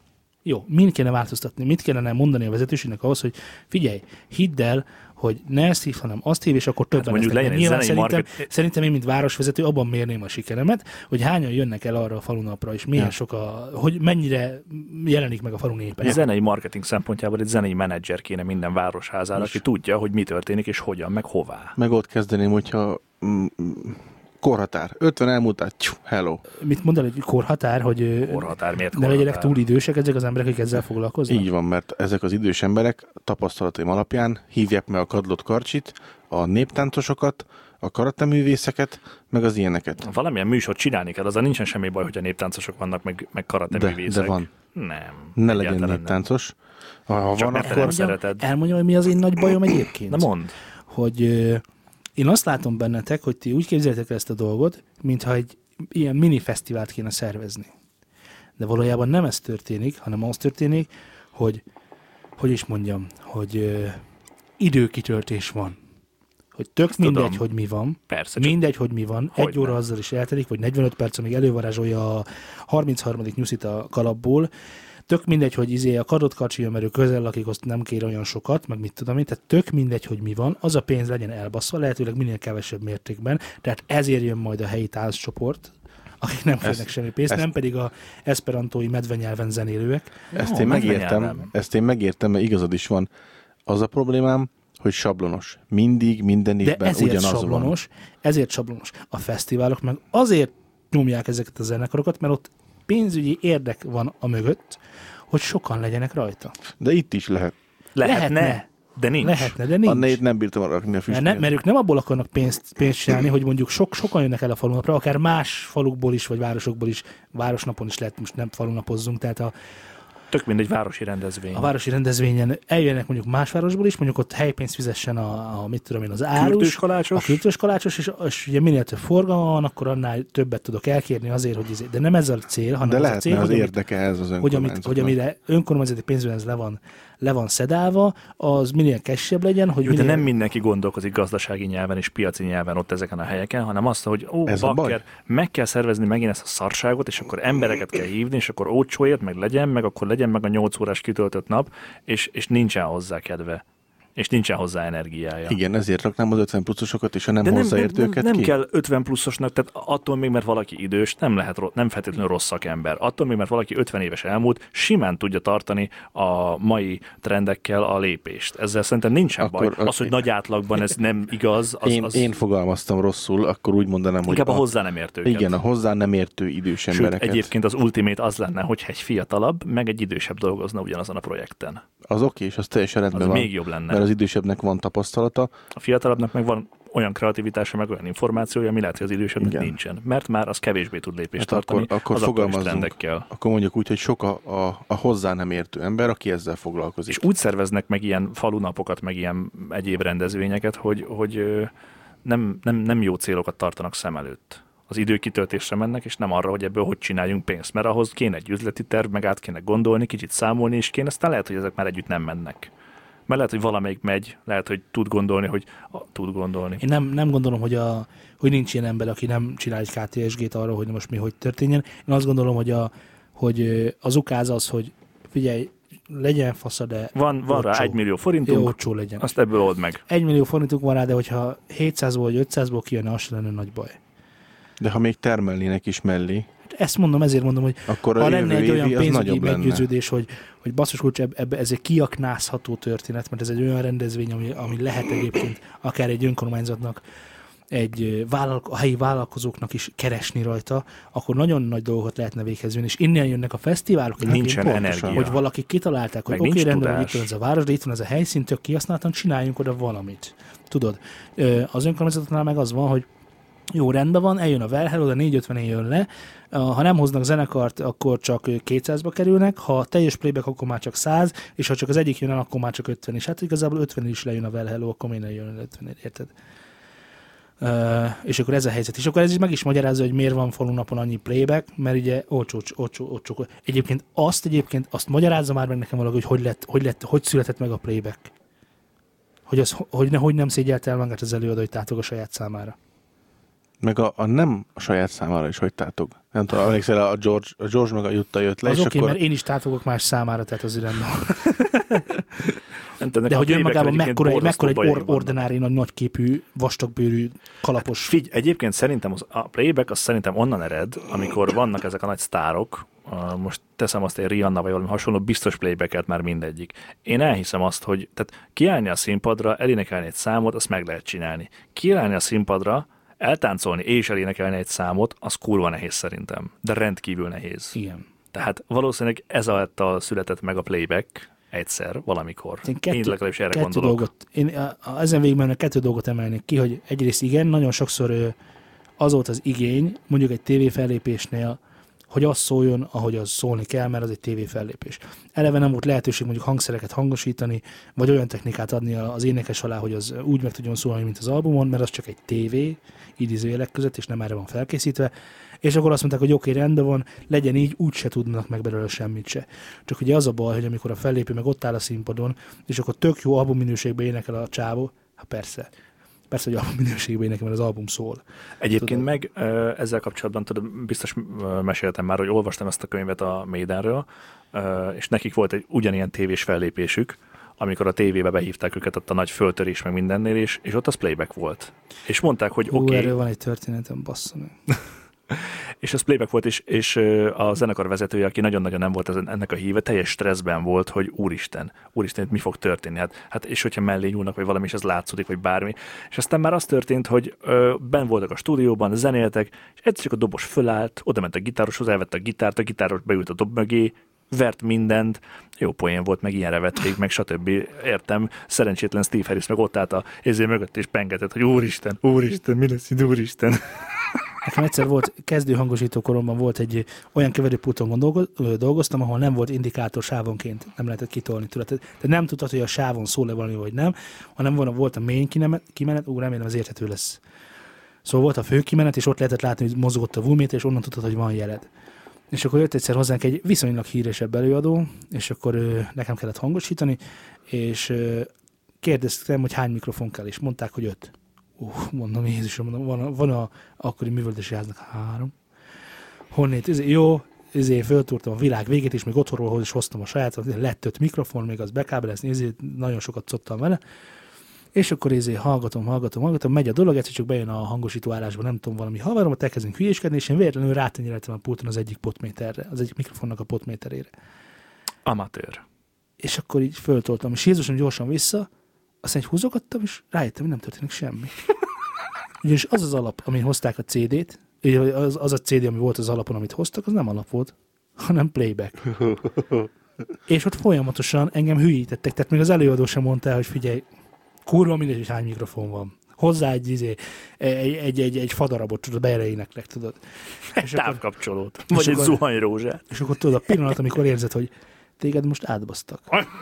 Speaker 2: Jó, mind kéne változtatni, mit kellene mondani a vezetőségnek ahhoz, hogy figyelj, hidd el, hogy ne ezt hív, hanem azt hív, és akkor többen
Speaker 3: mondjuk
Speaker 2: lesznek.
Speaker 3: legyen egy
Speaker 2: Nyilván
Speaker 3: zenei
Speaker 2: szerintem,
Speaker 3: market-
Speaker 2: szerintem én, mint városvezető, abban mérném a sikeremet, hogy hányan jönnek el arra a falunapra, és milyen
Speaker 4: Ja.
Speaker 2: sok a, hogy mennyire jelenik meg a falu népe.
Speaker 3: Egy zenei marketing szempontjából egy zenei menedzser kéne minden városházára, aki tudja, hogy mi történik, és hogyan, meg hová.
Speaker 4: Meg ott kezdeném, hogyha mm, mm, korhatár. ötven elmúltál, tyú, hello.
Speaker 2: Mit mondani, hogy korhatár, hogy ö,
Speaker 3: Korhatár, miért
Speaker 2: ne
Speaker 3: korhatár?
Speaker 2: legyenek túl idősek ezek az emberek, akik ezzel foglalkoznak?
Speaker 4: Így van, mert ezek az idős emberek tapasztalataim alapján hívják meg a kadlott karcsit, a néptáncosokat, a karateművészeket, meg az ilyeneket.
Speaker 3: Valamilyen műsort csinálni kell, azzal nincsen semmi baj, hogy a néptáncosok vannak, meg, meg
Speaker 4: De,
Speaker 3: karateművészek.
Speaker 4: de van.
Speaker 3: Nem.
Speaker 4: Ne legyen
Speaker 3: egyáltalán nem.
Speaker 4: néptáncos. Ha, ha
Speaker 3: Csak
Speaker 4: van,
Speaker 3: ne
Speaker 4: akkor...
Speaker 3: nem szereted.
Speaker 2: Elmondjam, hogy mi az én nagy bajom egyébként.
Speaker 3: Na mondd.
Speaker 2: Hogy ö, én azt látom bennetek, hogy ti úgy képzeljétek el ezt a dolgot, mintha egy ilyen mini fesztivált kéne szervezni. De valójában nem ez történik, hanem az történik, hogy, hogy is mondjam, hogy ö, időkitöltés van. Hogy tök
Speaker 3: Azt
Speaker 2: mindegy,
Speaker 3: tudom.
Speaker 2: hogy mi van.
Speaker 3: Persze, csak
Speaker 2: Mindegy, hogy mi van. Egy
Speaker 3: Hogyne.
Speaker 2: óra azzal is eltelik, vagy negyvenöt perc, amíg elővarázsolja a harmincharmadik nyuszit a kalapból. Tök mindegy, hogy izé a kadott karcsi, mert ő közel lakik, azt nem kér olyan sokat, meg mit tudom én, tehát tök mindegy, hogy mi van, az a pénz legyen elbaszva, lehetőleg minél kevesebb mértékben, tehát ezért jön majd a helyi tánccsoport, akik nem kérnek
Speaker 4: Ezt-
Speaker 2: semmi pénzt,
Speaker 4: ezt-
Speaker 2: nem pedig a esperantói medvenyelven zenélőek.
Speaker 4: Ezt
Speaker 3: Jó,
Speaker 4: én
Speaker 3: meg
Speaker 4: megértem,
Speaker 3: lenyelem.
Speaker 4: ezt én megértem, mert igazad is van. Az a problémám, hogy sablonos. Mindig, minden
Speaker 2: De
Speaker 4: évben
Speaker 2: ezért
Speaker 4: ugyanaz van.
Speaker 2: sablonos, ezért sablonos. A fesztiválok meg azért nyomják ezeket a zenekarokat, mert ott pénzügyi érdek van a mögött, hogy sokan legyenek rajta.
Speaker 4: De itt is lehet.
Speaker 3: lehetne,
Speaker 2: lehetne.
Speaker 3: de nincs.
Speaker 2: Lehetne, de
Speaker 4: A
Speaker 2: nincs.
Speaker 4: négy nem bírtam rakni a
Speaker 2: Mert,
Speaker 4: füstnél.
Speaker 2: ne, mert ők nem abból akarnak pénzt, pénzt csinálni, hogy mondjuk sok, sokan jönnek el a falunapra, akár más falukból is, vagy városokból is, városnapon is lehet, most nem falunapozzunk, tehát a,
Speaker 3: Tök mindegy városi rendezvény.
Speaker 2: a városi rendezvényen eljönnek mondjuk más városból is, mondjuk ott helypénzt fizessen a, a mit tudom én, az árus,
Speaker 3: Kürtős kalácsos.
Speaker 2: a kürtős kalácsos, és, és ugye minél több forgalma van, akkor annál többet tudok elkérni azért, hogy izé- de nem ez a cél, hanem
Speaker 4: De
Speaker 2: az a
Speaker 4: lehetne
Speaker 2: cél,
Speaker 4: az
Speaker 2: hogy amit-
Speaker 4: érdeke ez az
Speaker 2: hogy, amit,
Speaker 4: önkormányzatnak.
Speaker 2: hogy amire önkormányzati pénzben ez le van, le van szedálva, az minél kesebb legyen, hogy
Speaker 3: Jó, de
Speaker 2: minél...
Speaker 3: nem mindenki gondolkozik gazdasági nyelven és piaci nyelven ott ezeken a helyeken, hanem azt, hogy ó,
Speaker 4: Ez a baj.
Speaker 3: bakker, meg kell szervezni megint ezt a szarságot, és akkor embereket kell hívni, és akkor olcsóért meg legyen, meg akkor legyen meg a nyolc órás kitöltött nap, és, és nincsen hozzá kedve. És nincsen hozzá energiája.
Speaker 4: Igen, ezért raknám az ötven pluszosokat, és a nem
Speaker 3: De nem, nem,
Speaker 4: hozzáértőket
Speaker 3: nem, nem
Speaker 4: ki.
Speaker 3: kell ötven pluszosnak, tehát attól még, mert valaki idős, nem lehet ro- nem feltétlenül rossz szakember. Attól még, mert valaki ötven éves elmúlt, simán tudja tartani a mai trendekkel a lépést. Ezzel szerintem nincsen
Speaker 4: Akkor-
Speaker 3: baj. Az, hogy nagy átlagban ez nem igaz, az,
Speaker 4: Én,
Speaker 3: az
Speaker 4: én fogalmaztam rosszul, akkor úgy mondanám, hogy
Speaker 3: inkább a
Speaker 4: a,
Speaker 3: hozzá nem értőket.
Speaker 4: igen, a hozzá nem értő idős
Speaker 3: Sőt,
Speaker 4: embereket.
Speaker 3: egyébként az ultimate az lenne, hogyha egy fiatalabb, meg egy idősebb dolgozna ugyanazon a projekten.
Speaker 4: Az oké, és az teljesen rendben
Speaker 3: Az
Speaker 4: van.
Speaker 3: még jobb lenne.
Speaker 4: Mert az idősebbnek van tapasztalata.
Speaker 3: A fiatalabbnak meg van olyan kreativitása, meg olyan információja, ami lehet, hogy az idősebbnek
Speaker 4: Igen.
Speaker 3: nincsen. Mert már az kevésbé tud lépést
Speaker 4: Hát
Speaker 3: tartani
Speaker 4: akkor, akkor
Speaker 3: az aktuális
Speaker 4: fogalmazzunk.
Speaker 3: trendekkel.
Speaker 4: Akkor mondjuk úgy, hogy sok a, a, a hozzá nem értő ember, aki ezzel foglalkozik.
Speaker 3: És úgy szerveznek meg ilyen falunapokat, meg ilyen egyéb rendezvényeket, hogy, hogy ö, nem, nem, nem jó célokat tartanak szem előtt. Az időkitöltésre mennek, és nem arra, hogy ebből hogy csináljunk pénzt. Mert ahhoz kéne egy üzleti terv, meg át kéne gondolni, kicsit számolni is kéne, aztán lehet, hogy ezek már együtt nem mennek. Mert lehet, hogy valamelyik megy, lehet, hogy tud gondolni, hogy a, tud gondolni.
Speaker 2: Én nem, nem gondolom, hogy, a, hogy nincs ilyen ember, aki nem csinál egy ká té es gét arra, hogy most mi hogy történjen. Én azt gondolom, hogy, a, hogy az ukáz az, hogy figyelj, legyen fasza, de
Speaker 3: Van, van rá
Speaker 2: olcsó.
Speaker 3: egy millió
Speaker 2: Jó,
Speaker 3: forintunk,
Speaker 2: olcsó legyen.
Speaker 3: azt ebből old meg.
Speaker 2: Egy millió forintunk van rá, de hogyha hétszázból vagy ötszázból kijönne, az sem lenne nagy baj.
Speaker 4: De ha még termelnének is mellé,
Speaker 2: Ezt mondom, ezért mondom, hogy
Speaker 4: akkor
Speaker 2: ha
Speaker 4: a
Speaker 2: lenne
Speaker 4: jövő
Speaker 2: egy olyan
Speaker 4: évi az
Speaker 2: pénzügyi
Speaker 4: nagyobb lenne.
Speaker 2: meggyőződés, hogy, hogy basszus kulcs, ebbe ez egy kiaknázható történet, mert ez egy olyan rendezvény, ami, ami lehet egyébként akár egy önkormányzatnak, egy vállalko- a helyi vállalkozóknak is keresni rajta, akkor nagyon nagy dolgokat lehetne véghez vinni, és innen jönnek a fesztiválok, egyébként
Speaker 3: Nincsen
Speaker 2: pontosan,
Speaker 3: energia.
Speaker 2: hogy valaki kitalálták, hogy
Speaker 3: Meg
Speaker 2: oké,
Speaker 3: nincs
Speaker 2: rendben, hogy itt
Speaker 3: tudás.
Speaker 2: van ez a város, de itt van ez a helyszín, tök kihasználtan, csináljunk oda valamit. Tudod, ö, az önkormányzatoknál meg az van, hogy jó, rendben van, eljön a Well Hello, de négy ötvenen jön le. Ha nem hoznak zenekart, akkor csak kétszázba kerülnek, ha teljes playback, akkor már csak száz, és ha csak az egyik jön el, akkor már csak ötven. És hát igazából ötven is lejön a Well Hello, akkor miért ne jön ötven, érted? Uh, és akkor ez a helyzet. És akkor ez is meg is magyarázza, hogy miért van falunapon annyi playback, mert ugye olcsó, olcsó, olcsó. Egyébként azt egyébként, azt magyarázza már meg nekem valahogy, hogy hogy, lett, hogy, lett, hogy született meg a playback. Hogy, az, hogy, ne, hogy nem szégyelte el magát az előadó, hogy tátog a saját számára.
Speaker 4: Meg a, a nem a saját számára is, hogy tátog. Nem tudom, emlékszel, a George, a George meg a Jutta jött le,
Speaker 2: az
Speaker 4: és
Speaker 2: oké,
Speaker 4: akkor...
Speaker 2: mert én is tátogok más számára, tehát az rendben.
Speaker 3: Tudom,
Speaker 2: de hogy önmagában mekkora, egy, mekkora egy or,
Speaker 3: or,
Speaker 2: ordinári, nagy nagyképű, vastagbőrű, kalapos...
Speaker 3: Figy, egyébként szerintem az, a playback az szerintem onnan ered, amikor vannak ezek a nagy sztárok, uh, most teszem azt, hogy Rihanna vagy valami hasonló, biztos playbacket már mindegyik. Én elhiszem azt, hogy tehát kiállni a színpadra, elénekelni egy számot, azt meg lehet csinálni. Kiállni a színpadra, eltáncolni és elénekelni egy számot, az kurva nehéz szerintem, de rendkívül nehéz.
Speaker 2: Igen.
Speaker 3: Tehát valószínűleg ez a született meg a playback egyszer, valamikor.
Speaker 2: Én, kettő,
Speaker 3: én legalábbis erre
Speaker 2: kettő
Speaker 3: gondolok.
Speaker 2: Dolgot, én a, a, ezen végben kettő dolgot emelnék ki, hogy egyrészt igen, nagyon sokszor ö, az volt az igény, mondjuk egy tévéfellépésnél, hogy az szóljon, ahogy az szólni kell, mert az egy tévéfellépés. Eleve nem volt lehetőség mondjuk hangszereket hangosítani, vagy olyan technikát adni az énekes alá, hogy az úgy meg tudjon szólni, mint az albumon, mert az csak egy tévé, idézőjelek között, és nem erre van felkészítve. És akkor azt mondták, hogy oké, rendben van, legyen így, úgy se tudnak meg belőle semmit se. Csak ugye az a baj, hogy amikor a fellépő meg ott áll a színpadon, és akkor tök jó albumminőségben énekel a csávó, hát persze. Persze, hogy albumminőségben énekel, mert az album szól.
Speaker 3: Egyébként
Speaker 2: tudod.
Speaker 3: meg ezzel kapcsolatban tudod, biztos meséltem már, hogy olvastam ezt a könyvet a Maidenről, és nekik volt egy ugyanilyen tévés fellépésük, amikor a tévébe behívták őket ott a nagy föltörés meg mindennél, és, és ott az playback volt. És mondták, hogy oké.
Speaker 2: Okay, erről van egy történetem, bassza meg.
Speaker 3: És az playback volt, és, és a zenekar vezetője, aki nagyon-nagyon nem volt ennek a híve, teljes stresszben volt, hogy úristen, úristen, mi fog történni? Hát, hát és hogyha mellé nyúlnak, vagy valami, és ez látszódik, vagy bármi. És aztán már az történt, hogy ö, benn voltak a stúdióban, zenéltek, és egyszer csak a dobos fölállt, oda ment a gitároshoz, elvette a gitárt, a gitáros beült a dob mögé, vert mindent, jó poén volt, meg ilyenre vették, meg stb. Értem, szerencsétlen Steve Harris meg ott állt a ezért mögött, és pengetett, hogy úristen, úristen, mi lesz itt, úristen.
Speaker 2: Nekem egyszer volt, kezdő hangosító koromban volt egy olyan keverőpulton dolgoztam, ahol nem volt indikátor sávonként, nem lehetett kitolni. Tudod. Tehát nem tudtad, hogy a sávon szól-e valami, vagy nem, hanem volt a main kimenet, ú, remélem ez érthető lesz. Szóval volt a fő kimenet, és ott lehetett látni, hogy mozgott a vulméter, és onnan tudtad, hogy van jeled. És akkor jött egyszer hozzánk egy viszonylag híresebb előadó, és akkor ö, nekem kellett hangosítani, és ö, kérdeztem, hogy hány mikrofon kell, és mondták, hogy öt. Uh, mondom, Jézusom, mondom, van, a, van a akkori művelődési háznak három. Honnét, ezért, jó, ezért föltúrtam a világ végét, és még otthonról is hoztam a saját, lett öt mikrofon, még az bekábelezni, ezért nagyon sokat szoktam vele. És akkor ezért hallgatom, hallgatom, hallgatom, megy a dolog, egyszer csak bejön a hangosító állásba, nem tudom, valami havaromat, elkezdünk hülyéskedni, és én véletlenül rátenyereltem a pulton az egyik potméterre, az egyik mikrofonnak a potméterére.
Speaker 3: Amatőr.
Speaker 2: És akkor így föltoltam, és Jézusom gyorsan vissza, aztán egy húzogattam, és rájöttem, hogy nem történik semmi. Ugyanis az az alap, amin hozták a cé dét, az, az a cé dé, ami volt az alapon, amit hoztak, az nem alap volt, hanem playback. És ott folyamatosan engem hülyítettek, tehát még az előadó sem mondta el, hogy figyelj, kurva mindegy, hogy hány mikrofon van. Hozzá egy, izé, egy, egy, egy, egy fadarabot, tudod, bejeleineknek, tudod.
Speaker 3: Egy távkapcsolót. Vagy egy zuhanyrózsát.
Speaker 2: És akkor tudod, a pillanat, amikor érzed, hogy téged most átbasztak.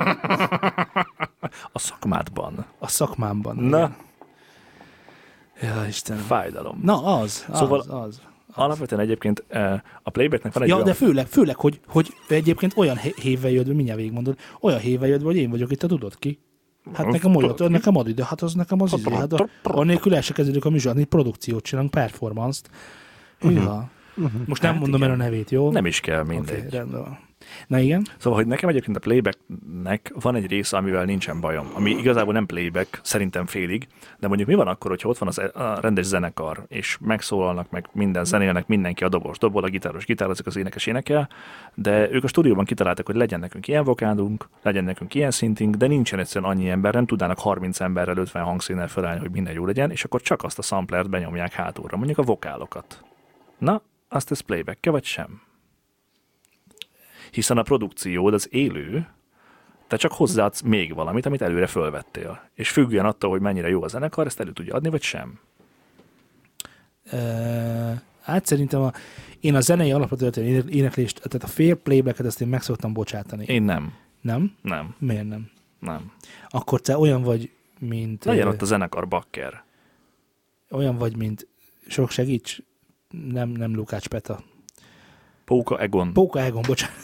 Speaker 3: A szakmádban.
Speaker 2: A szakmámban.
Speaker 3: Na.
Speaker 2: Igen. Ja, Istenem.
Speaker 3: Fájdalom.
Speaker 2: Na, az.
Speaker 3: Szóval
Speaker 2: az, az, az.
Speaker 3: Alapvetően egyébként a playbacknek van egy
Speaker 2: ja,
Speaker 3: olyan...
Speaker 2: de főleg, főleg hogy, hogy egyébként olyan hévvel jöd, mindjárt végigmondod, olyan hévvel jöd, hogy én vagyok itt, te tudod ki? Hát nekem olyat, nekem ad ide, hát az nekem az izé, hát a, annélkül el se kezdődik a műsor, hát produkciót csinálunk, performance-t. Hűha. Uh-huh. Most nem hát mondom el a nevét, jó?
Speaker 3: Nem is kell, mindegy.
Speaker 2: Okay, rendben van. Na igen.
Speaker 3: Szóval, hogy nekem egyébként a playbacknek van egy része, amivel nincsen bajom, ami igazából nem playback, szerintem félig, de mondjuk mi van akkor, hogyha ott van az, a rendes zenekar, és megszólalnak, meg minden zenélnek, mindenki a dobos dobol, a gitáros gitározik, az énekes énekel, de ők a stúdióban kitaláltak, hogy legyen nekünk ilyen vokálunk, legyen nekünk ilyen szintünk, de nincsen egyszerűen annyi ember, nem tudnának harminc emberrel, ötven hangszínnel felállni, hogy minden jó legyen, és akkor csak azt a samplert benyomják hátulra, mondjuk a vokálokat. Na, azt ez playback-e, vagy sem? Hiszen a produkciód az élő, te csak hozzáadsz még valamit, amit előre fölvettél. És függően attól, hogy mennyire jó a zenekar, ezt elő tudja adni, vagy sem?
Speaker 2: E, hát szerintem a, én a zenei alapra történő éneklést, tehát a fél playbacket ezt én meg szoktam bocsátani.
Speaker 3: Én nem.
Speaker 2: Nem?
Speaker 3: Nem.
Speaker 2: Miért nem?
Speaker 3: Nem.
Speaker 2: Akkor te olyan vagy, mint...
Speaker 3: Legyen ott a zenekar bakker.
Speaker 2: Olyan vagy, mint... Sok segíts? Nem, nem Lukács Peta.
Speaker 3: Póka Egon.
Speaker 2: Póka Egon, bocsánat.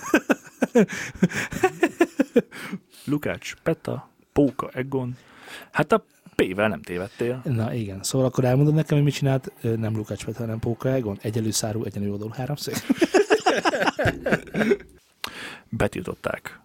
Speaker 3: Lukács Peta, Póka Egon. Hát a P-vel nem tévedtél.
Speaker 2: Na igen, szóval akkor elmondod nekem, hogy mit csinált, nem Lukács Petr, hanem Póka Egon, egyenlő szárú, egyenlő oldalú háromszög.
Speaker 3: Betiltották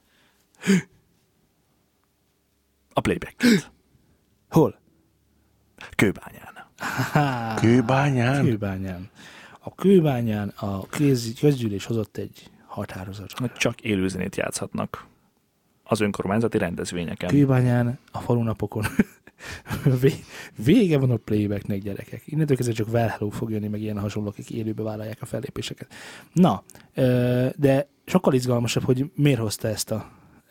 Speaker 3: a playback-et.
Speaker 2: Hol?
Speaker 3: Kőbányán.
Speaker 2: Há,
Speaker 4: Kőbányán?
Speaker 2: Kőbányán. A Kőbányán a kéz, közgyűlés hozott egy határozatot.
Speaker 3: Hogy csak élőzenét játszhatnak az önkormányzati rendezvényeken.
Speaker 2: Kőbányán a falunapokon vége van a playbacknek, gyerekek. Innentől kezdve csak Well Hello fog jönni, meg ilyen hasonlók, akik élőbe vállalják a fellépéseket. Na, de sokkal izgalmasabb, hogy miért hozta ezt a,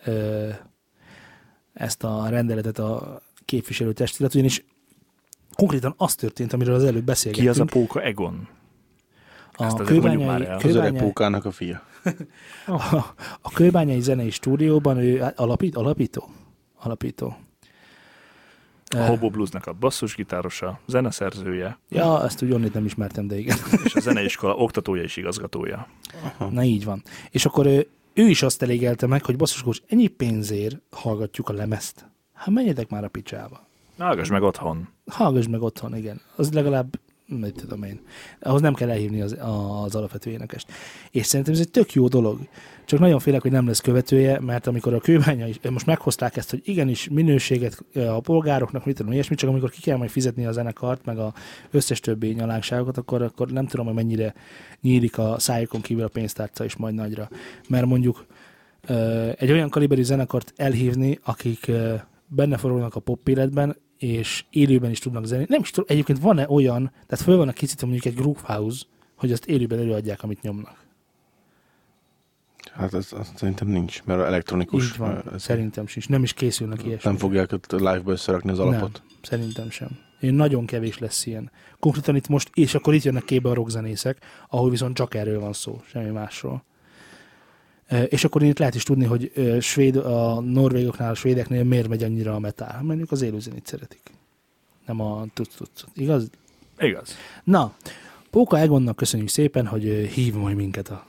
Speaker 2: ezt a rendeletet a képviselőtestület, ugyanis konkrétan az történt, amiről az előbb beszélgettünk.
Speaker 3: Ki az a Póka Egon?
Speaker 2: A kőbányai,
Speaker 4: az öreg Pókának a fia.
Speaker 2: A, a Kőbányai Zenei Stúdióban ő alapít, alapító? Alapító.
Speaker 3: A Hobo Bluesnak a basszusgitárosa, zeneszerzője.
Speaker 2: Ja, ezt úgy onnét nem ismertem, de igen.
Speaker 3: És a zeneiskola oktatója és igazgatója.
Speaker 2: Aha. Na így van. És akkor ő, ő is azt elégelte meg, hogy basszuskós, ennyi pénzért hallgatjuk a lemezt. Hát menjetek már a picsába.
Speaker 3: Hallgass meg otthon.
Speaker 2: Hallgass meg otthon, igen. Az legalább, mit tudom én, ahhoz nem kell elhívni az, az alapvető énekest. És szerintem ez egy tök jó dolog. Csak nagyon félek, hogy nem lesz követője, mert amikor a Kőbánya is, most meghozták ezt, hogy igenis minőséget a polgároknak, mit tudom, ilyesmi, csak amikor ki kell majd fizetni a zenekart, meg az összes többi nyalánkságokat, akkor, akkor nem tudom, hogy mennyire nyílik a szájukon kívül a pénztárca is majd nagyra. Mert mondjuk egy olyan kaliberű zenekart elhívni, akik benne forognak a pop életben, és élőben is tudnak zenélni. Nem is tudom, egyébként van-e olyan, tehát föl vannak készítve mondjuk egy Groove House, hogy azt élőben előadják, amit nyomnak.
Speaker 4: Hát ez, az szerintem nincs, mert elektronikus.
Speaker 2: Így van,
Speaker 4: ez
Speaker 2: szerintem is. Nem is készülnek ilyesmi.
Speaker 4: Nem fogják live-ba összerakni az alapot.
Speaker 2: Nem, szerintem sem. Én nagyon kevés lesz ilyen. Konkrétan itt most, és akkor itt jönnek képbe a rockzenészek, ahol viszont csak erről van szó, semmi másról. És akkor én itt lehet is tudni, hogy svéd, a norvégoknál, a svédeknél miért megy annyira a metal. Mondjuk az élőzenét szeretik. Nem a tuc-tuc. Igaz?
Speaker 3: Igaz.
Speaker 2: Na, Póka Egonnak köszönjük szépen, hogy hív majd minket a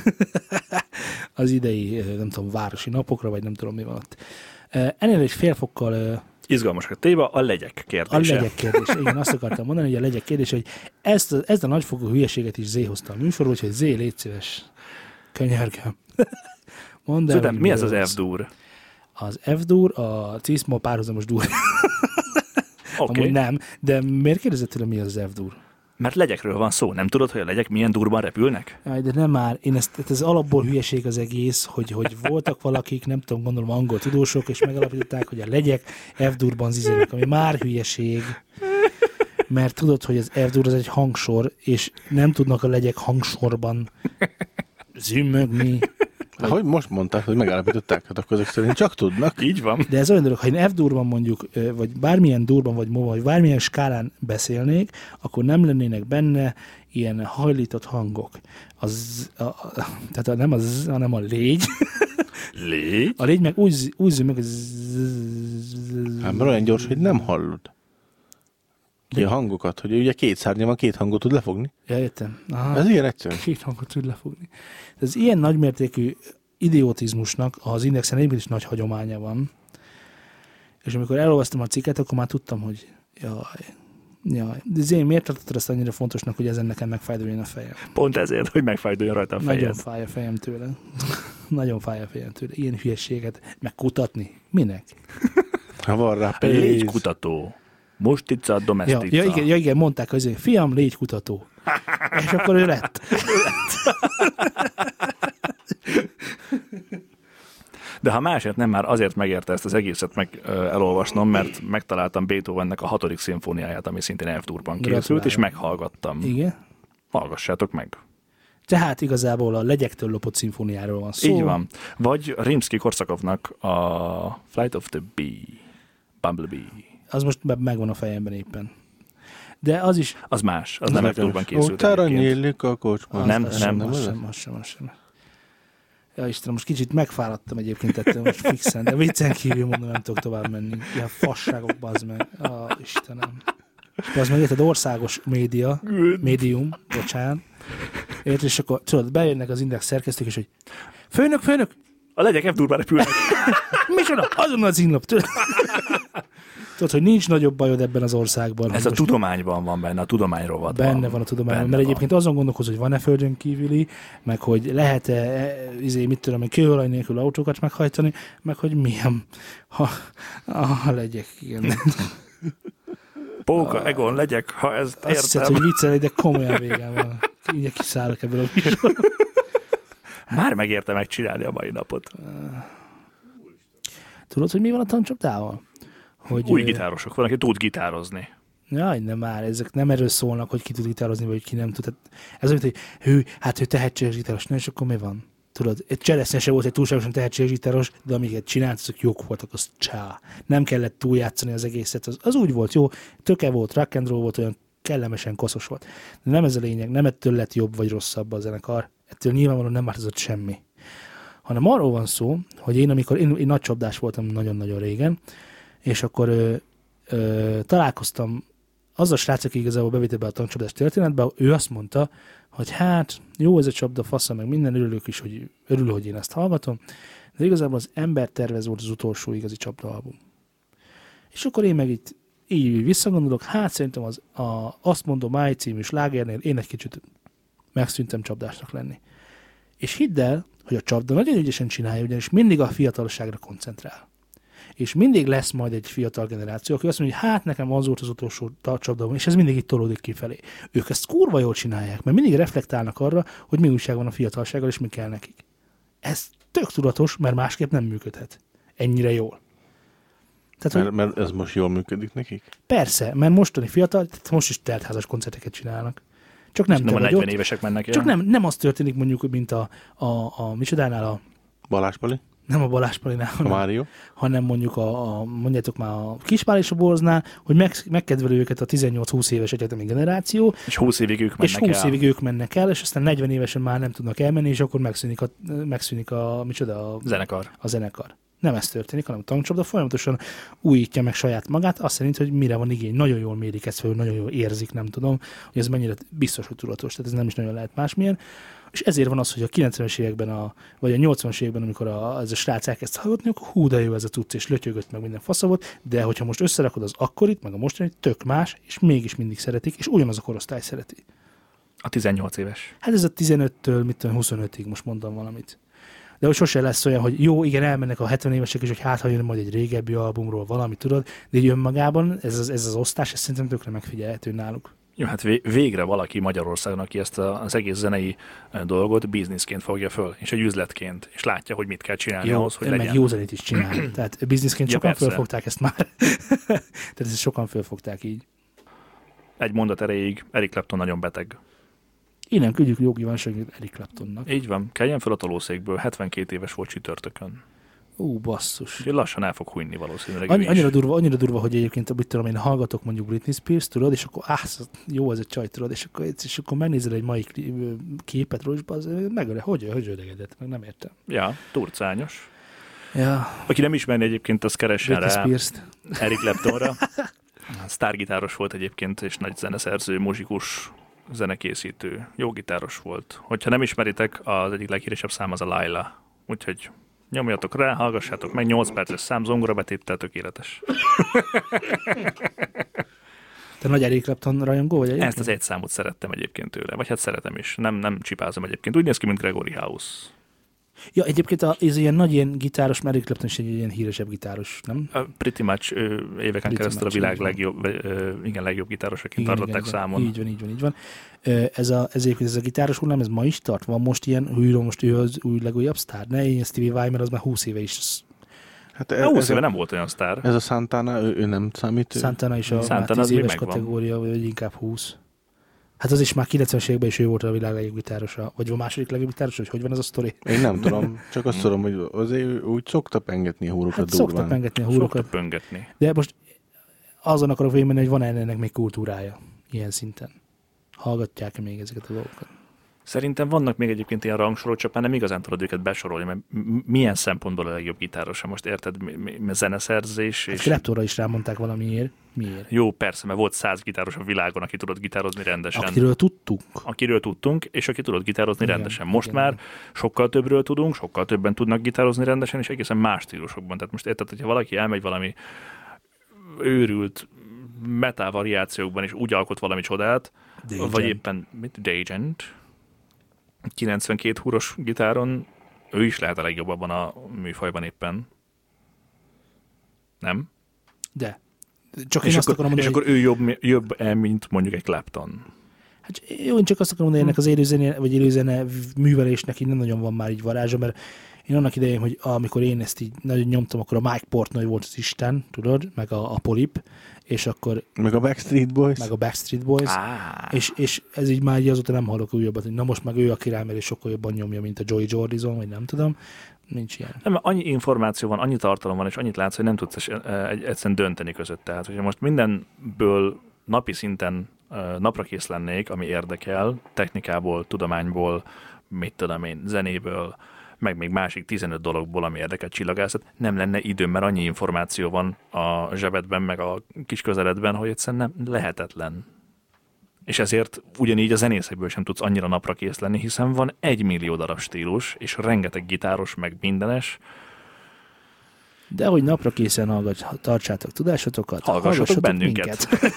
Speaker 2: az idei, nem tudom, városi napokra, vagy nem tudom, mi van ott. Ennél egy fél fokkal...
Speaker 3: Izgalmas a téma, a legyek kérdése.
Speaker 2: A legyek kérdése. Igen, azt akartam mondani, hogy a legyek kérdése, hogy ezt, ezt a nagyfokú hülyeséget is Zé hozta a műsorba, úgyhogy Zé, légy szíves. Könyörgöm. Mondd el,
Speaker 3: szóval mi ez az F-dur?
Speaker 2: Az F-dur a ciszma párhuzamos dur.
Speaker 3: Okay.
Speaker 2: Amúgy nem, de miért kérdezett tőle, mi az az F-dur?
Speaker 3: Mert legyekről van szó. Nem tudod, hogy a legyek milyen durban repülnek?
Speaker 2: Jaj, de nem már. Én ezt, ez alapból hülyeség az egész, hogy, hogy voltak valakik, nem tudom, gondolom angol tudósok, és megalapították, hogy a legyek F-durban zizélnek, ami már hülyeség. Mert tudod, hogy az F-dur az egy hangsor, és nem tudnak a legyek hangsorban zümmögni.
Speaker 4: Ahogy most mondták, hogy megállapították, hát akkor ezek szerint csak tudnak.
Speaker 3: Így van.
Speaker 2: De ez olyan dolog, ha én F-durban mondjuk, vagy bármilyen durban, vagy mova, vagy bármilyen skálán beszélnék, akkor nem lennének benne ilyen hajlított hangok. Az, a, a, tehát nem az, hanem a légy.
Speaker 3: Légy?
Speaker 2: A légy meg úgy, úgy zümmög, hogy
Speaker 4: hát mert olyan gyors, hogy nem hallod. Ki a hangokat, hogy ugye két szárnya van, két hangot tud lefogni.
Speaker 2: Ja, értem. Aha.
Speaker 4: Ez ilyen egyszerű.
Speaker 2: Két hangot tud lefogni. Ez ilyen nagymértékű idiotizmusnak az Indexen egyébként is nagy hagyománya van. És amikor elolvastam a cikket, akkor már tudtam, hogy jaj, jaj. De Zé, miért tartottad ezt annyira fontosnak, hogy ezen nekem megfájduljon a fejem?
Speaker 3: Pont ezért, hogy megfájduljon rajta a fejed.
Speaker 2: Nagyon fáj a fejem tőle. Nagyon fáj a fejem tőle. Ilyen hülyeséget megkutatni. Minek?
Speaker 4: Ha van rá pénz.
Speaker 3: Légy kutató. Mustica, domestica.
Speaker 2: Ja, ja, igen, ja, igen, mondták az, hogy fiam, légy kutató. És akkor ő lett.
Speaker 3: De ha másért nem, már azért megérte ezt az egészet meg ö, elolvasnom, mert megtaláltam Beethovennek a hatodik szimfóniáját, ami szintén F-durban készült, és meghallgattam.
Speaker 2: Igen?
Speaker 3: Hallgassátok meg.
Speaker 2: Tehát igazából a legyektől lopott szimfóniáról van szó.
Speaker 3: Így van. Vagy Rimsky-Korsakovnak a Flight of the Bee, Bumblebee.
Speaker 2: Az most megvan a fejemben éppen. De az is...
Speaker 3: Az más, az nem F-durban készült.
Speaker 4: Utára nyílik a kocsma.
Speaker 3: Nem,
Speaker 2: az,
Speaker 3: nem.
Speaker 2: nem az sem, az sem, az sem. Ja Istenem, most kicsit megfáradtam egyébként ettől most fixen, de viccen kívül mondom, nem tudok tovább menni. Ilyen fasságok, bazd meg. Ó, Istenem. És bazd meg, érted, országos média, médium, bocsánat. Érted, és akkor tudod, bejönnek az Index szerkesztők, és hogy főnök, főnök!
Speaker 3: A legyek F-durban repülnek.
Speaker 2: Micsoda? Azonnal az inlap, tudod? Tudod, hogy nincs nagyobb bajod ebben az országban.
Speaker 3: Ez a tudományban van benne, a tudományrovatban.
Speaker 2: Benne van a tudományban, mert egyébként azon gondolkoz, hogy van-e földön kívüli, meg hogy lehet-e, izé, mit tudom, kőolaj nélkül autókat meghajtani, meg hogy milyen, ha, ha legyek, igen.
Speaker 3: Póka, Egon, legyek, ha ezt értem.
Speaker 2: Azt hiszed, hogy viccelj, de komolyan végem van. Így kiszállok ebből a műsorból.
Speaker 3: Már megérte megcsinálni a mai napot.
Speaker 2: Tudod, hogy mi van a tankcsapdával? Hogy,
Speaker 3: Új gitárosok van, aki tud gitározni.
Speaker 2: Jaj, nem már, ezek nem erről szólnak, hogy ki tud gitározni, vagy ki nem tud. Hát ez olyan, hogy hű, hát ő tehetséges gitáros, na és akkor mi van? Tudod, egy Cselesznye se volt egy túlságosan tehetséges gitáros, de amiket csinált, azok jók voltak, az csá. Nem kellett túljátszani az egészet, az, az úgy volt jó, töke volt, rock and roll volt, olyan kellemesen koszos volt. De nem ez a lényeg, nem ettől lett jobb vagy rosszabb a zenekar, ettől nyilvánvalóan nem változott semmi. Hanem arról van szó, hogy én amikor, én, én nagy csapdás voltam nagyon-nagyon régen, és akkor ö, ö, találkoztam azzal a srác, aki igazából bevitte be a tankcsapdás történetbe, ő azt mondta, hogy hát jó ez a csapda, fassa meg minden, örülök is, hogy örül, hogy én ezt hallgatom, de igazából az Embertervez volt az utolsó igazi csapdaalbum. És akkor én meg itt így visszagondolok, hát szerintem az a Azt mondom máj című slágernél én egy kicsit megszűntem csapdásnak lenni. És hidd el, hogy a csapda nagyon ügyesen csinálja, ugyanis mindig a fiatalságra koncentrál. És mindig lesz majd egy fiatal generáció, aki azt mondja, hogy hát nekem az volt az utolsó csapdában, és ez mindig itt tolódik kifelé. Ők ezt kurva jól csinálják, mert mindig reflektálnak arra, hogy mi újság van a fiatalsággal, és mi kell nekik. Ez tök tudatos, mert másképp nem működhet. Ennyire jól.
Speaker 4: Tehát, mert, mert ez most jól működik nekik?
Speaker 2: Persze, mert mostani fiatal, most is teltházas koncerteket csinálnak. Csak nem,
Speaker 3: nem
Speaker 2: a
Speaker 3: negyven
Speaker 2: ott.
Speaker 3: évesek mennek el.
Speaker 2: Csak nem, nem az történik mondjuk, mint a, a, a micsodánál a...
Speaker 4: Balázs Pali?
Speaker 2: Nem a Balázs Palinál,
Speaker 4: a Mário?
Speaker 2: hanem mondjuk a, a, mondjátok már a Kispál és a Borznál, hogy meg, megkedvelő őket a tizennyolc-húsz éves egyetemi generáció.
Speaker 3: És húsz évig ők mennek
Speaker 2: és húsz
Speaker 3: el.
Speaker 2: évig ők mennek el, és aztán negyven évesen már nem tudnak elmenni, és akkor megszűnik a, megszűnik a, micsoda, a
Speaker 3: zenekar.
Speaker 2: A zenekar. Nem ez történik, hanem a tankcsapda folyamatosan újítja meg saját magát, azt szerint, hogy mire van igény. Nagyon jól mérik ezt fel, nagyon jól érzik, nem tudom, hogy ez mennyire biztos, hogy tudatos, tehát ez nem is nagyon lehet másmilyen. És ezért van az, hogy a kilencvenes években, a, vagy a nyolcvanas években, amikor a, ez a srác elkezd hallgatni, akkor hú, de jó ez a cucc, és lötyögött meg minden fasza volt, de hogyha most összerakod az akkorit, meg a mostani, tök más, és mégis mindig szeretik, és ugyanaz a korosztály szereti.
Speaker 3: A tizennyolc éves.
Speaker 2: Hát ez a tizenöttől, mit tudom, huszonötig, most mondtam valamit. De hogy sose lesz olyan, hogy jó, igen, elmennek a hetven évesek, és hogy hát, ha jön majd egy régebbi albumról valami, tudod, de így önmagában ez az, ez az osztás, ez szerintem tökre megfigyelhető náluk.
Speaker 3: Jó, hát végre valaki Magyarországon, aki ezt az egész zenei dolgot bizniszként fogja föl, és egy üzletként, és látja, hogy mit kell csinálni
Speaker 2: jó,
Speaker 3: ahhoz, hogy
Speaker 2: meg
Speaker 3: legyen.
Speaker 2: Jó zenét is csinál. Tehát bizniszként
Speaker 3: ja,
Speaker 2: sokan
Speaker 3: persze.
Speaker 2: fölfogták ezt már. Tehát ezt sokan fölfogták így.
Speaker 3: Egy mondat erejéig Eric Clapton nagyon beteg.
Speaker 2: Innen küldjük jó kívánságot Eric Claptonnak.
Speaker 3: Így van, keljen fel a tolószékből, hetvenkét éves volt csütörtökön.
Speaker 2: Ú, basszus.
Speaker 3: Úgyhogy lassan el fog hunyni valószínűleg.
Speaker 2: Annyi, annyira, durva, annyira durva, hogy egyébként, mit tudom én, hallgatok mondjuk Britney Spears, tudod, és akkor áh, jó ez a csaj, tudod, és akkor, és akkor megnézel egy mai képet róla, az megöle, hogy, hogy öregedett, meg nem értem.
Speaker 3: Ja, turcányos.
Speaker 2: Ja.
Speaker 3: Aki nem ismerni egyébként, az keressen rá
Speaker 2: Spears-t.
Speaker 3: Eric Claptonra. Sztárgitáros volt egyébként, és nagy zeneszerző, muzsikus, zenekészítő, jó gitáros volt. Hogyha nem ismeritek, az egyik leghíresebb szám az a Laila. Úgyhogy nyomjatok rá, hallgassátok meg, nyolc perces szám, zongora betéttel tökéletes.
Speaker 2: Te nagy Eric Clapton rajongó vagy egyébként?
Speaker 3: Ezt az egy számot szerettem egyébként tőle, vagy hát szeretem is, nem, nem csipázom egyébként. Úgy néz ki, mint Gregory House.
Speaker 2: Ja, egyébként a, ez ilyen nagy ilyen gitáros, mert Eric Clapton is egy ilyen híresebb gitáros, nem?
Speaker 3: Uh, pretty much uh, éveken pretty keresztül a világ legjobb, uh, igen, legjobb gitárosaként tartották számon.
Speaker 2: Így van, így van, így van. Ez a, ez egyébként ez a gitáros hullám, ez ma is tart? Van most ilyen, hűről most ő az új legújabb sztár? Ne, én Stevie Vai, mert az már húsz éve is.
Speaker 4: Hát
Speaker 3: ez, húsz éve a, nem volt olyan sztár.
Speaker 4: Ez a Santana, ő, ő nem számít?
Speaker 2: Santana is a
Speaker 3: Santana
Speaker 2: tíz éves kategória, vagy inkább húsz. Hát az is már kilencvenes években is ő volt a világ legjobb gitárosa. Vagy a második legjobb gitárosa, hogy hogy van ez a sztori?
Speaker 4: Én nem tudom, csak azt tudom, hogy azért úgy szokta pengetni a húrokat
Speaker 2: hát
Speaker 4: durván.
Speaker 2: szokta pengetni a húrokat.
Speaker 3: Szokta pöngetni.
Speaker 2: De most azon akarok végigmenni, hogy van ennek még kultúrája ilyen szinten. Hallgatják-e még ezeket a dolgokat?
Speaker 3: Szerintem vannak még egyébként ilyen rangsorok, csak már nem igazán tudod őket besorolni, mert milyen szempontból a legjobb gitárosa? Most érted, zeneszerzés?
Speaker 2: Hát
Speaker 3: és...
Speaker 2: Claptonra is rámondták valamiért. Miért?
Speaker 3: Jó, persze, mert volt száz gitáros a világon, aki tudott gitározni rendesen.
Speaker 2: Akiről tudtunk.
Speaker 3: Akiről tudtunk, és aki tudott gitározni igen, rendesen. Most
Speaker 2: igen,
Speaker 3: már
Speaker 2: igen.
Speaker 3: sokkal többről tudunk, sokkal többen tudnak gitározni rendesen, és egészen más stílusokban. Tehát most érted, hogyha valaki elmegy valami őrült metal variációkban is úgy alkot valami csodát,
Speaker 2: Dagent.
Speaker 3: vagy éppen mit? Dagent. kilencvenkét húros gitáron ő is lehet a legjobb abban a műfajban éppen. Nem?
Speaker 2: De. Csak
Speaker 3: És,
Speaker 2: én azt
Speaker 3: akkor,
Speaker 2: akarom
Speaker 3: és
Speaker 2: mondani,
Speaker 3: akkor ő jobb, jobb mint mondjuk egy Clapton.
Speaker 2: Hát jó, én csak azt akarom mondani, ennek az élőzene, vagy élőzene művelésnek így nem nagyon van már így varázsa, mert én annak idején, hogy amikor én ezt így nagyon nyomtam, akkor a Mike Portnoy volt az Isten, tudod, meg a, a Polip, és akkor...
Speaker 4: Meg a Backstreet Boys.
Speaker 2: Meg a Backstreet Boys,
Speaker 3: Ah.
Speaker 2: és, és ez így már így azóta nem hallok újabbat, hogy na most meg ő a király, és sokkal jobban nyomja, mint a Joey Jordison, vagy nem tudom. Nincs ilyen.
Speaker 3: Nem, annyi információ van, annyi tartalom van, és annyit látsz, hogy nem tudsz egy, egyszerűen dönteni között. Tehát, hogyha most mindenből napi szinten napra kész lennék, ami érdekel, technikából, tudományból, mit tudom én, zenéből, meg még másik tizenöt dologból, ami érdekel csillagászat, nem lenne időm, mert annyi információ van a zsebedben, meg a kis közeledben, hogy egyszerűen nem lehetetlen. És ezért ugyanígy a zenészekből sem tudsz annyira napra kész lenni, hiszen van egy millió darab stílus, és rengeteg gitáros, meg mindenes.
Speaker 2: De hogy napra készen hallgat, tartsátok tudásotokat,
Speaker 3: Hallgassatok bennünket.
Speaker 2: minket.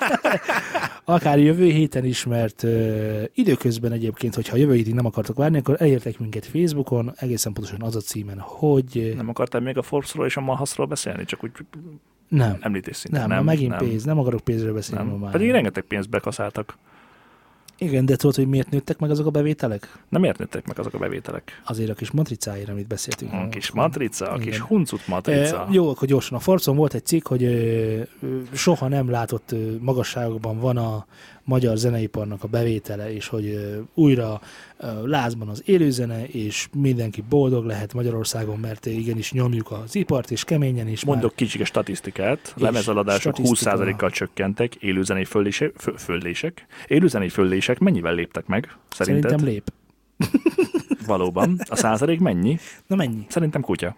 Speaker 2: Akár jövő héten is, mert uh, időközben egyébként, hogyha jövő hétig nem akartok várni, akkor elértek minket Facebookon, egészen pontosan az a címen, hogy...
Speaker 3: Nem akartál még a Forbesról és a Mahaszról beszélni? Csak úgy
Speaker 2: nem.
Speaker 3: említés szinten.
Speaker 2: Nem,
Speaker 3: nem,
Speaker 2: megint
Speaker 3: nem.
Speaker 2: pénz, nem akarok pénzről beszélni
Speaker 3: Nem.
Speaker 2: már.
Speaker 3: Pedig rengeteg pénzt bekaszáltak.
Speaker 2: Igen, de tudod, hogy miért nőttek meg azok a bevételek?
Speaker 3: Nem értettek meg azok a bevételek.
Speaker 2: Azért a kis matricáért, amit beszéltünk.
Speaker 3: A kis matrica, a kis
Speaker 2: Igen.
Speaker 3: huncut matrica.
Speaker 2: E, jó, akkor gyorsan. A Forbes-on volt egy cikk, hogy e, soha nem látott e, magasságokban van a magyar zeneiparnak a bevétele, és hogy e, újra e, lázban az élőzene, és mindenki boldog lehet Magyarországon, mert igenis nyomjuk az ipart, és keményen is.
Speaker 3: Mondok
Speaker 2: már...
Speaker 3: kicsike statisztikát.
Speaker 2: És
Speaker 3: Lemezeladások
Speaker 2: statisztika.
Speaker 3: húsz százalékkal csökkentek, élőzenei föllések, fö, föllések. Élőzenei föllések mennyivel léptek meg? Szerinted?
Speaker 2: Szerintem lép.
Speaker 3: Valóban. A százalék mennyi?
Speaker 2: Na mennyi?
Speaker 3: Szerintem kutya.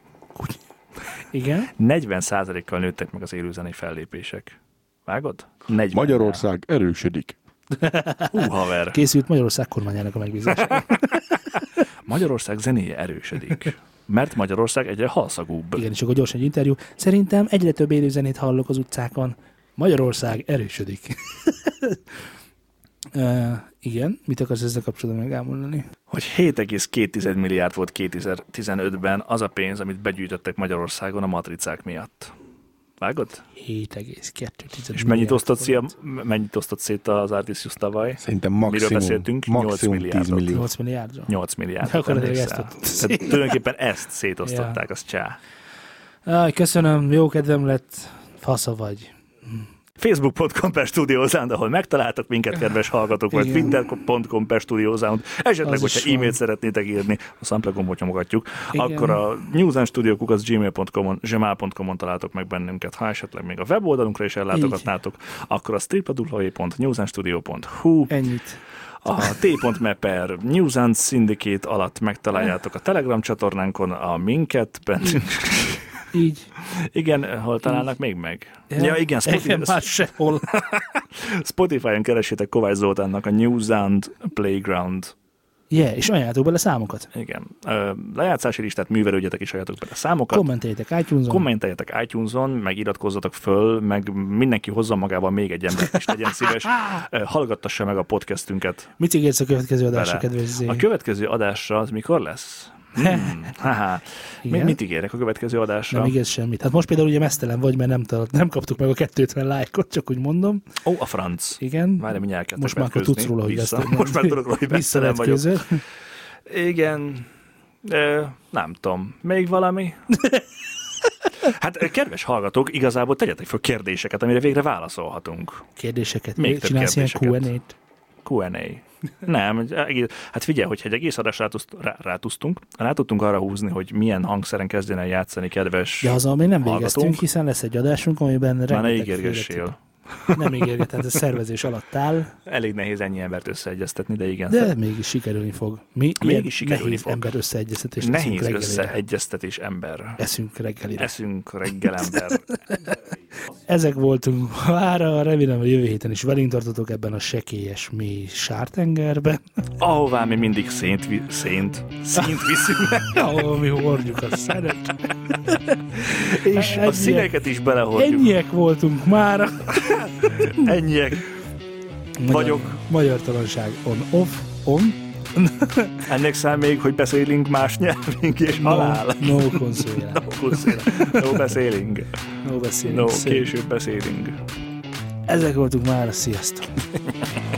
Speaker 2: Igen.
Speaker 3: negyven százalékkal nőttek meg az élőzenei fellépések. Vágod? negyven.
Speaker 4: Magyarország erősödik.
Speaker 3: Hú, haver.
Speaker 2: Készült Magyarország kormányának a megbízása.
Speaker 3: Magyarország zenéje erősödik. Mert Magyarország egyre halszagúbb.
Speaker 2: Igen, és akkor gyorsan egy interjú. Szerintem egyre több élőzenét hallok az utcákon. Magyarország erősödik. uh, igen, mit akarsz ezzel kapcsolatban meg elmondani?
Speaker 3: Hogy hét egész két milliárd volt kétezer-tizenötben az a pénz, amit begyűjtöttek Magyarországon a matricák miatt. Vágod?
Speaker 2: hét egész kettő
Speaker 3: És mennyit osztott, szia, mennyit osztott szét az Artisius tavaly?
Speaker 4: Szerintem
Speaker 3: Miről
Speaker 4: maximum,
Speaker 3: beszéltünk?
Speaker 4: maximum
Speaker 3: nyolc
Speaker 4: tíz millió.
Speaker 2: nyolc milliárdra?
Speaker 3: nyolc milliárd.
Speaker 2: De akkor ezt ott-
Speaker 3: Tehát tulajdonképpen ezt szétosztották, az csá.
Speaker 2: Áj, köszönöm, jó kedvem lett, fasza vagy.
Speaker 3: facebook pont com per Studiosound, ahol megtaláltak minket, kedves hallgatók, vagy
Speaker 2: Igen.
Speaker 3: twitter pont com per Studiosound. Esetleg,
Speaker 2: Az is
Speaker 3: hogyha
Speaker 2: van.
Speaker 3: e-mailt szeretnétek írni, a sample gombot nyomogatjuk,
Speaker 2: Igen.
Speaker 3: akkor a newsandstudio kukac gmail pont com-on, gmail pont com-on találtok meg bennünket. Ha esetleg még a weboldalunkra is ellátogatnátok, akkor az double-u double-u double-u pont newsandstudio pont hu,
Speaker 2: Ennyit.
Speaker 3: a t.me per News and Syndicate alatt megtaláljátok a Telegram csatornánkon a minket, bennünk.
Speaker 2: Így.
Speaker 3: Igen, hol találnak még meg?
Speaker 2: Ja,
Speaker 3: Ja, igen,
Speaker 2: Igen,
Speaker 3: Spotify,
Speaker 2: már sehol.
Speaker 3: Spotify-on keresétek Kovács Zoltánnak a News and Playground.
Speaker 2: Yeah, és ajánljátok bele számokat.
Speaker 3: Igen. Ö, lejátszási listát művelődjetek és ajánljatok bele számokat.
Speaker 2: Kommenteljétek iTunes-on.
Speaker 3: Kommenteljetek iTunes-on, meg iratkozzatok föl, meg mindenki hozza magával még egy embert, és legyen szíves. Ö, Hallgattassa meg a podcastünket
Speaker 2: Mit ígérsz a következő adásra,
Speaker 3: vele.
Speaker 2: kedves Zé?
Speaker 3: A következő adásra az mikor lesz? Hmm, haha. Mi,
Speaker 2: Igen?
Speaker 3: mit ígérek a következő adásra?
Speaker 2: Nem ígérsz semmit. Hát most például ugye mesztelen vagy, mert nem, talált, nem kaptuk meg a kétszázötven lájkot, csak úgy mondom.
Speaker 3: Ó, a franc.
Speaker 2: Igen.
Speaker 3: Várj, mindjárt elkezdtek
Speaker 2: Most már akkor
Speaker 3: vetkőzni.
Speaker 2: tudsz róla, hogy
Speaker 3: Vissza.
Speaker 2: vesztelen.
Speaker 3: Most már tudok róla, hogy vesztelen vagyok.
Speaker 2: Visszavetkőzöl.
Speaker 3: Igen. Ö, nem tudom. Még valami? Hát, kedves hallgatók, igazából tegyetek fel kérdéseket, amire végre válaszolhatunk.
Speaker 2: Kérdéseket.
Speaker 3: Még
Speaker 2: Még
Speaker 3: több
Speaker 2: csinálsz ilyen
Speaker 3: kérdéseket.
Speaker 2: Q and A-t?
Speaker 3: Q and A. Nem, egy egész- hát figyelj, hogyha egy egész adást rátuszt- rá, rátusztunk, rá tudtunk arra húzni, hogy milyen hangszeren kezdjen el játszani, kedves
Speaker 2: De azzal még nem végeztünk,
Speaker 3: hallgatónk.
Speaker 2: hiszen lesz egy adásunk, amiben
Speaker 3: Már ne
Speaker 2: rengeteg
Speaker 3: ígérgessél.
Speaker 2: féle- Nem ígérget, tehát ez szervezés alatt áll,
Speaker 3: Elég nehéz ennyi embert összeegyeztetni, de igen.
Speaker 2: de mégis sikerülni fog. Mi ilyen
Speaker 3: Mégis sikerülni
Speaker 2: nehéz
Speaker 3: fog.
Speaker 2: ember összeegyeztetést eszünk
Speaker 3: Nehéz
Speaker 2: reggelire.
Speaker 3: összeegyeztetés ember.
Speaker 2: Eszünk reggelire.
Speaker 3: Eszünk reggelember.
Speaker 2: Ezek voltunk mára, remélem, hogy jövő héten is velünk tartotok ebben a sekélyes mély sártengerben,
Speaker 3: Ahová mi mindig szént, vi- szént, szént viszünk.
Speaker 2: ahol mi hordjuk a szenet. És
Speaker 3: a
Speaker 2: ennyiek,
Speaker 3: színeket is belehordjuk.
Speaker 2: ennyiek voltunk már.
Speaker 3: Ennyiek
Speaker 2: Magyar,
Speaker 3: vagyok.
Speaker 2: Magyartalanság on, off, on.
Speaker 3: Ennek számít, hogy beszélünk más nyelvünk és
Speaker 2: No,
Speaker 3: halál.
Speaker 2: no consuela.
Speaker 3: No, consuela. No beszélünk.
Speaker 2: No beszélünk.
Speaker 3: No,
Speaker 2: Szép.
Speaker 3: később beszélünk.
Speaker 2: Ezek voltunk már, sziasztok.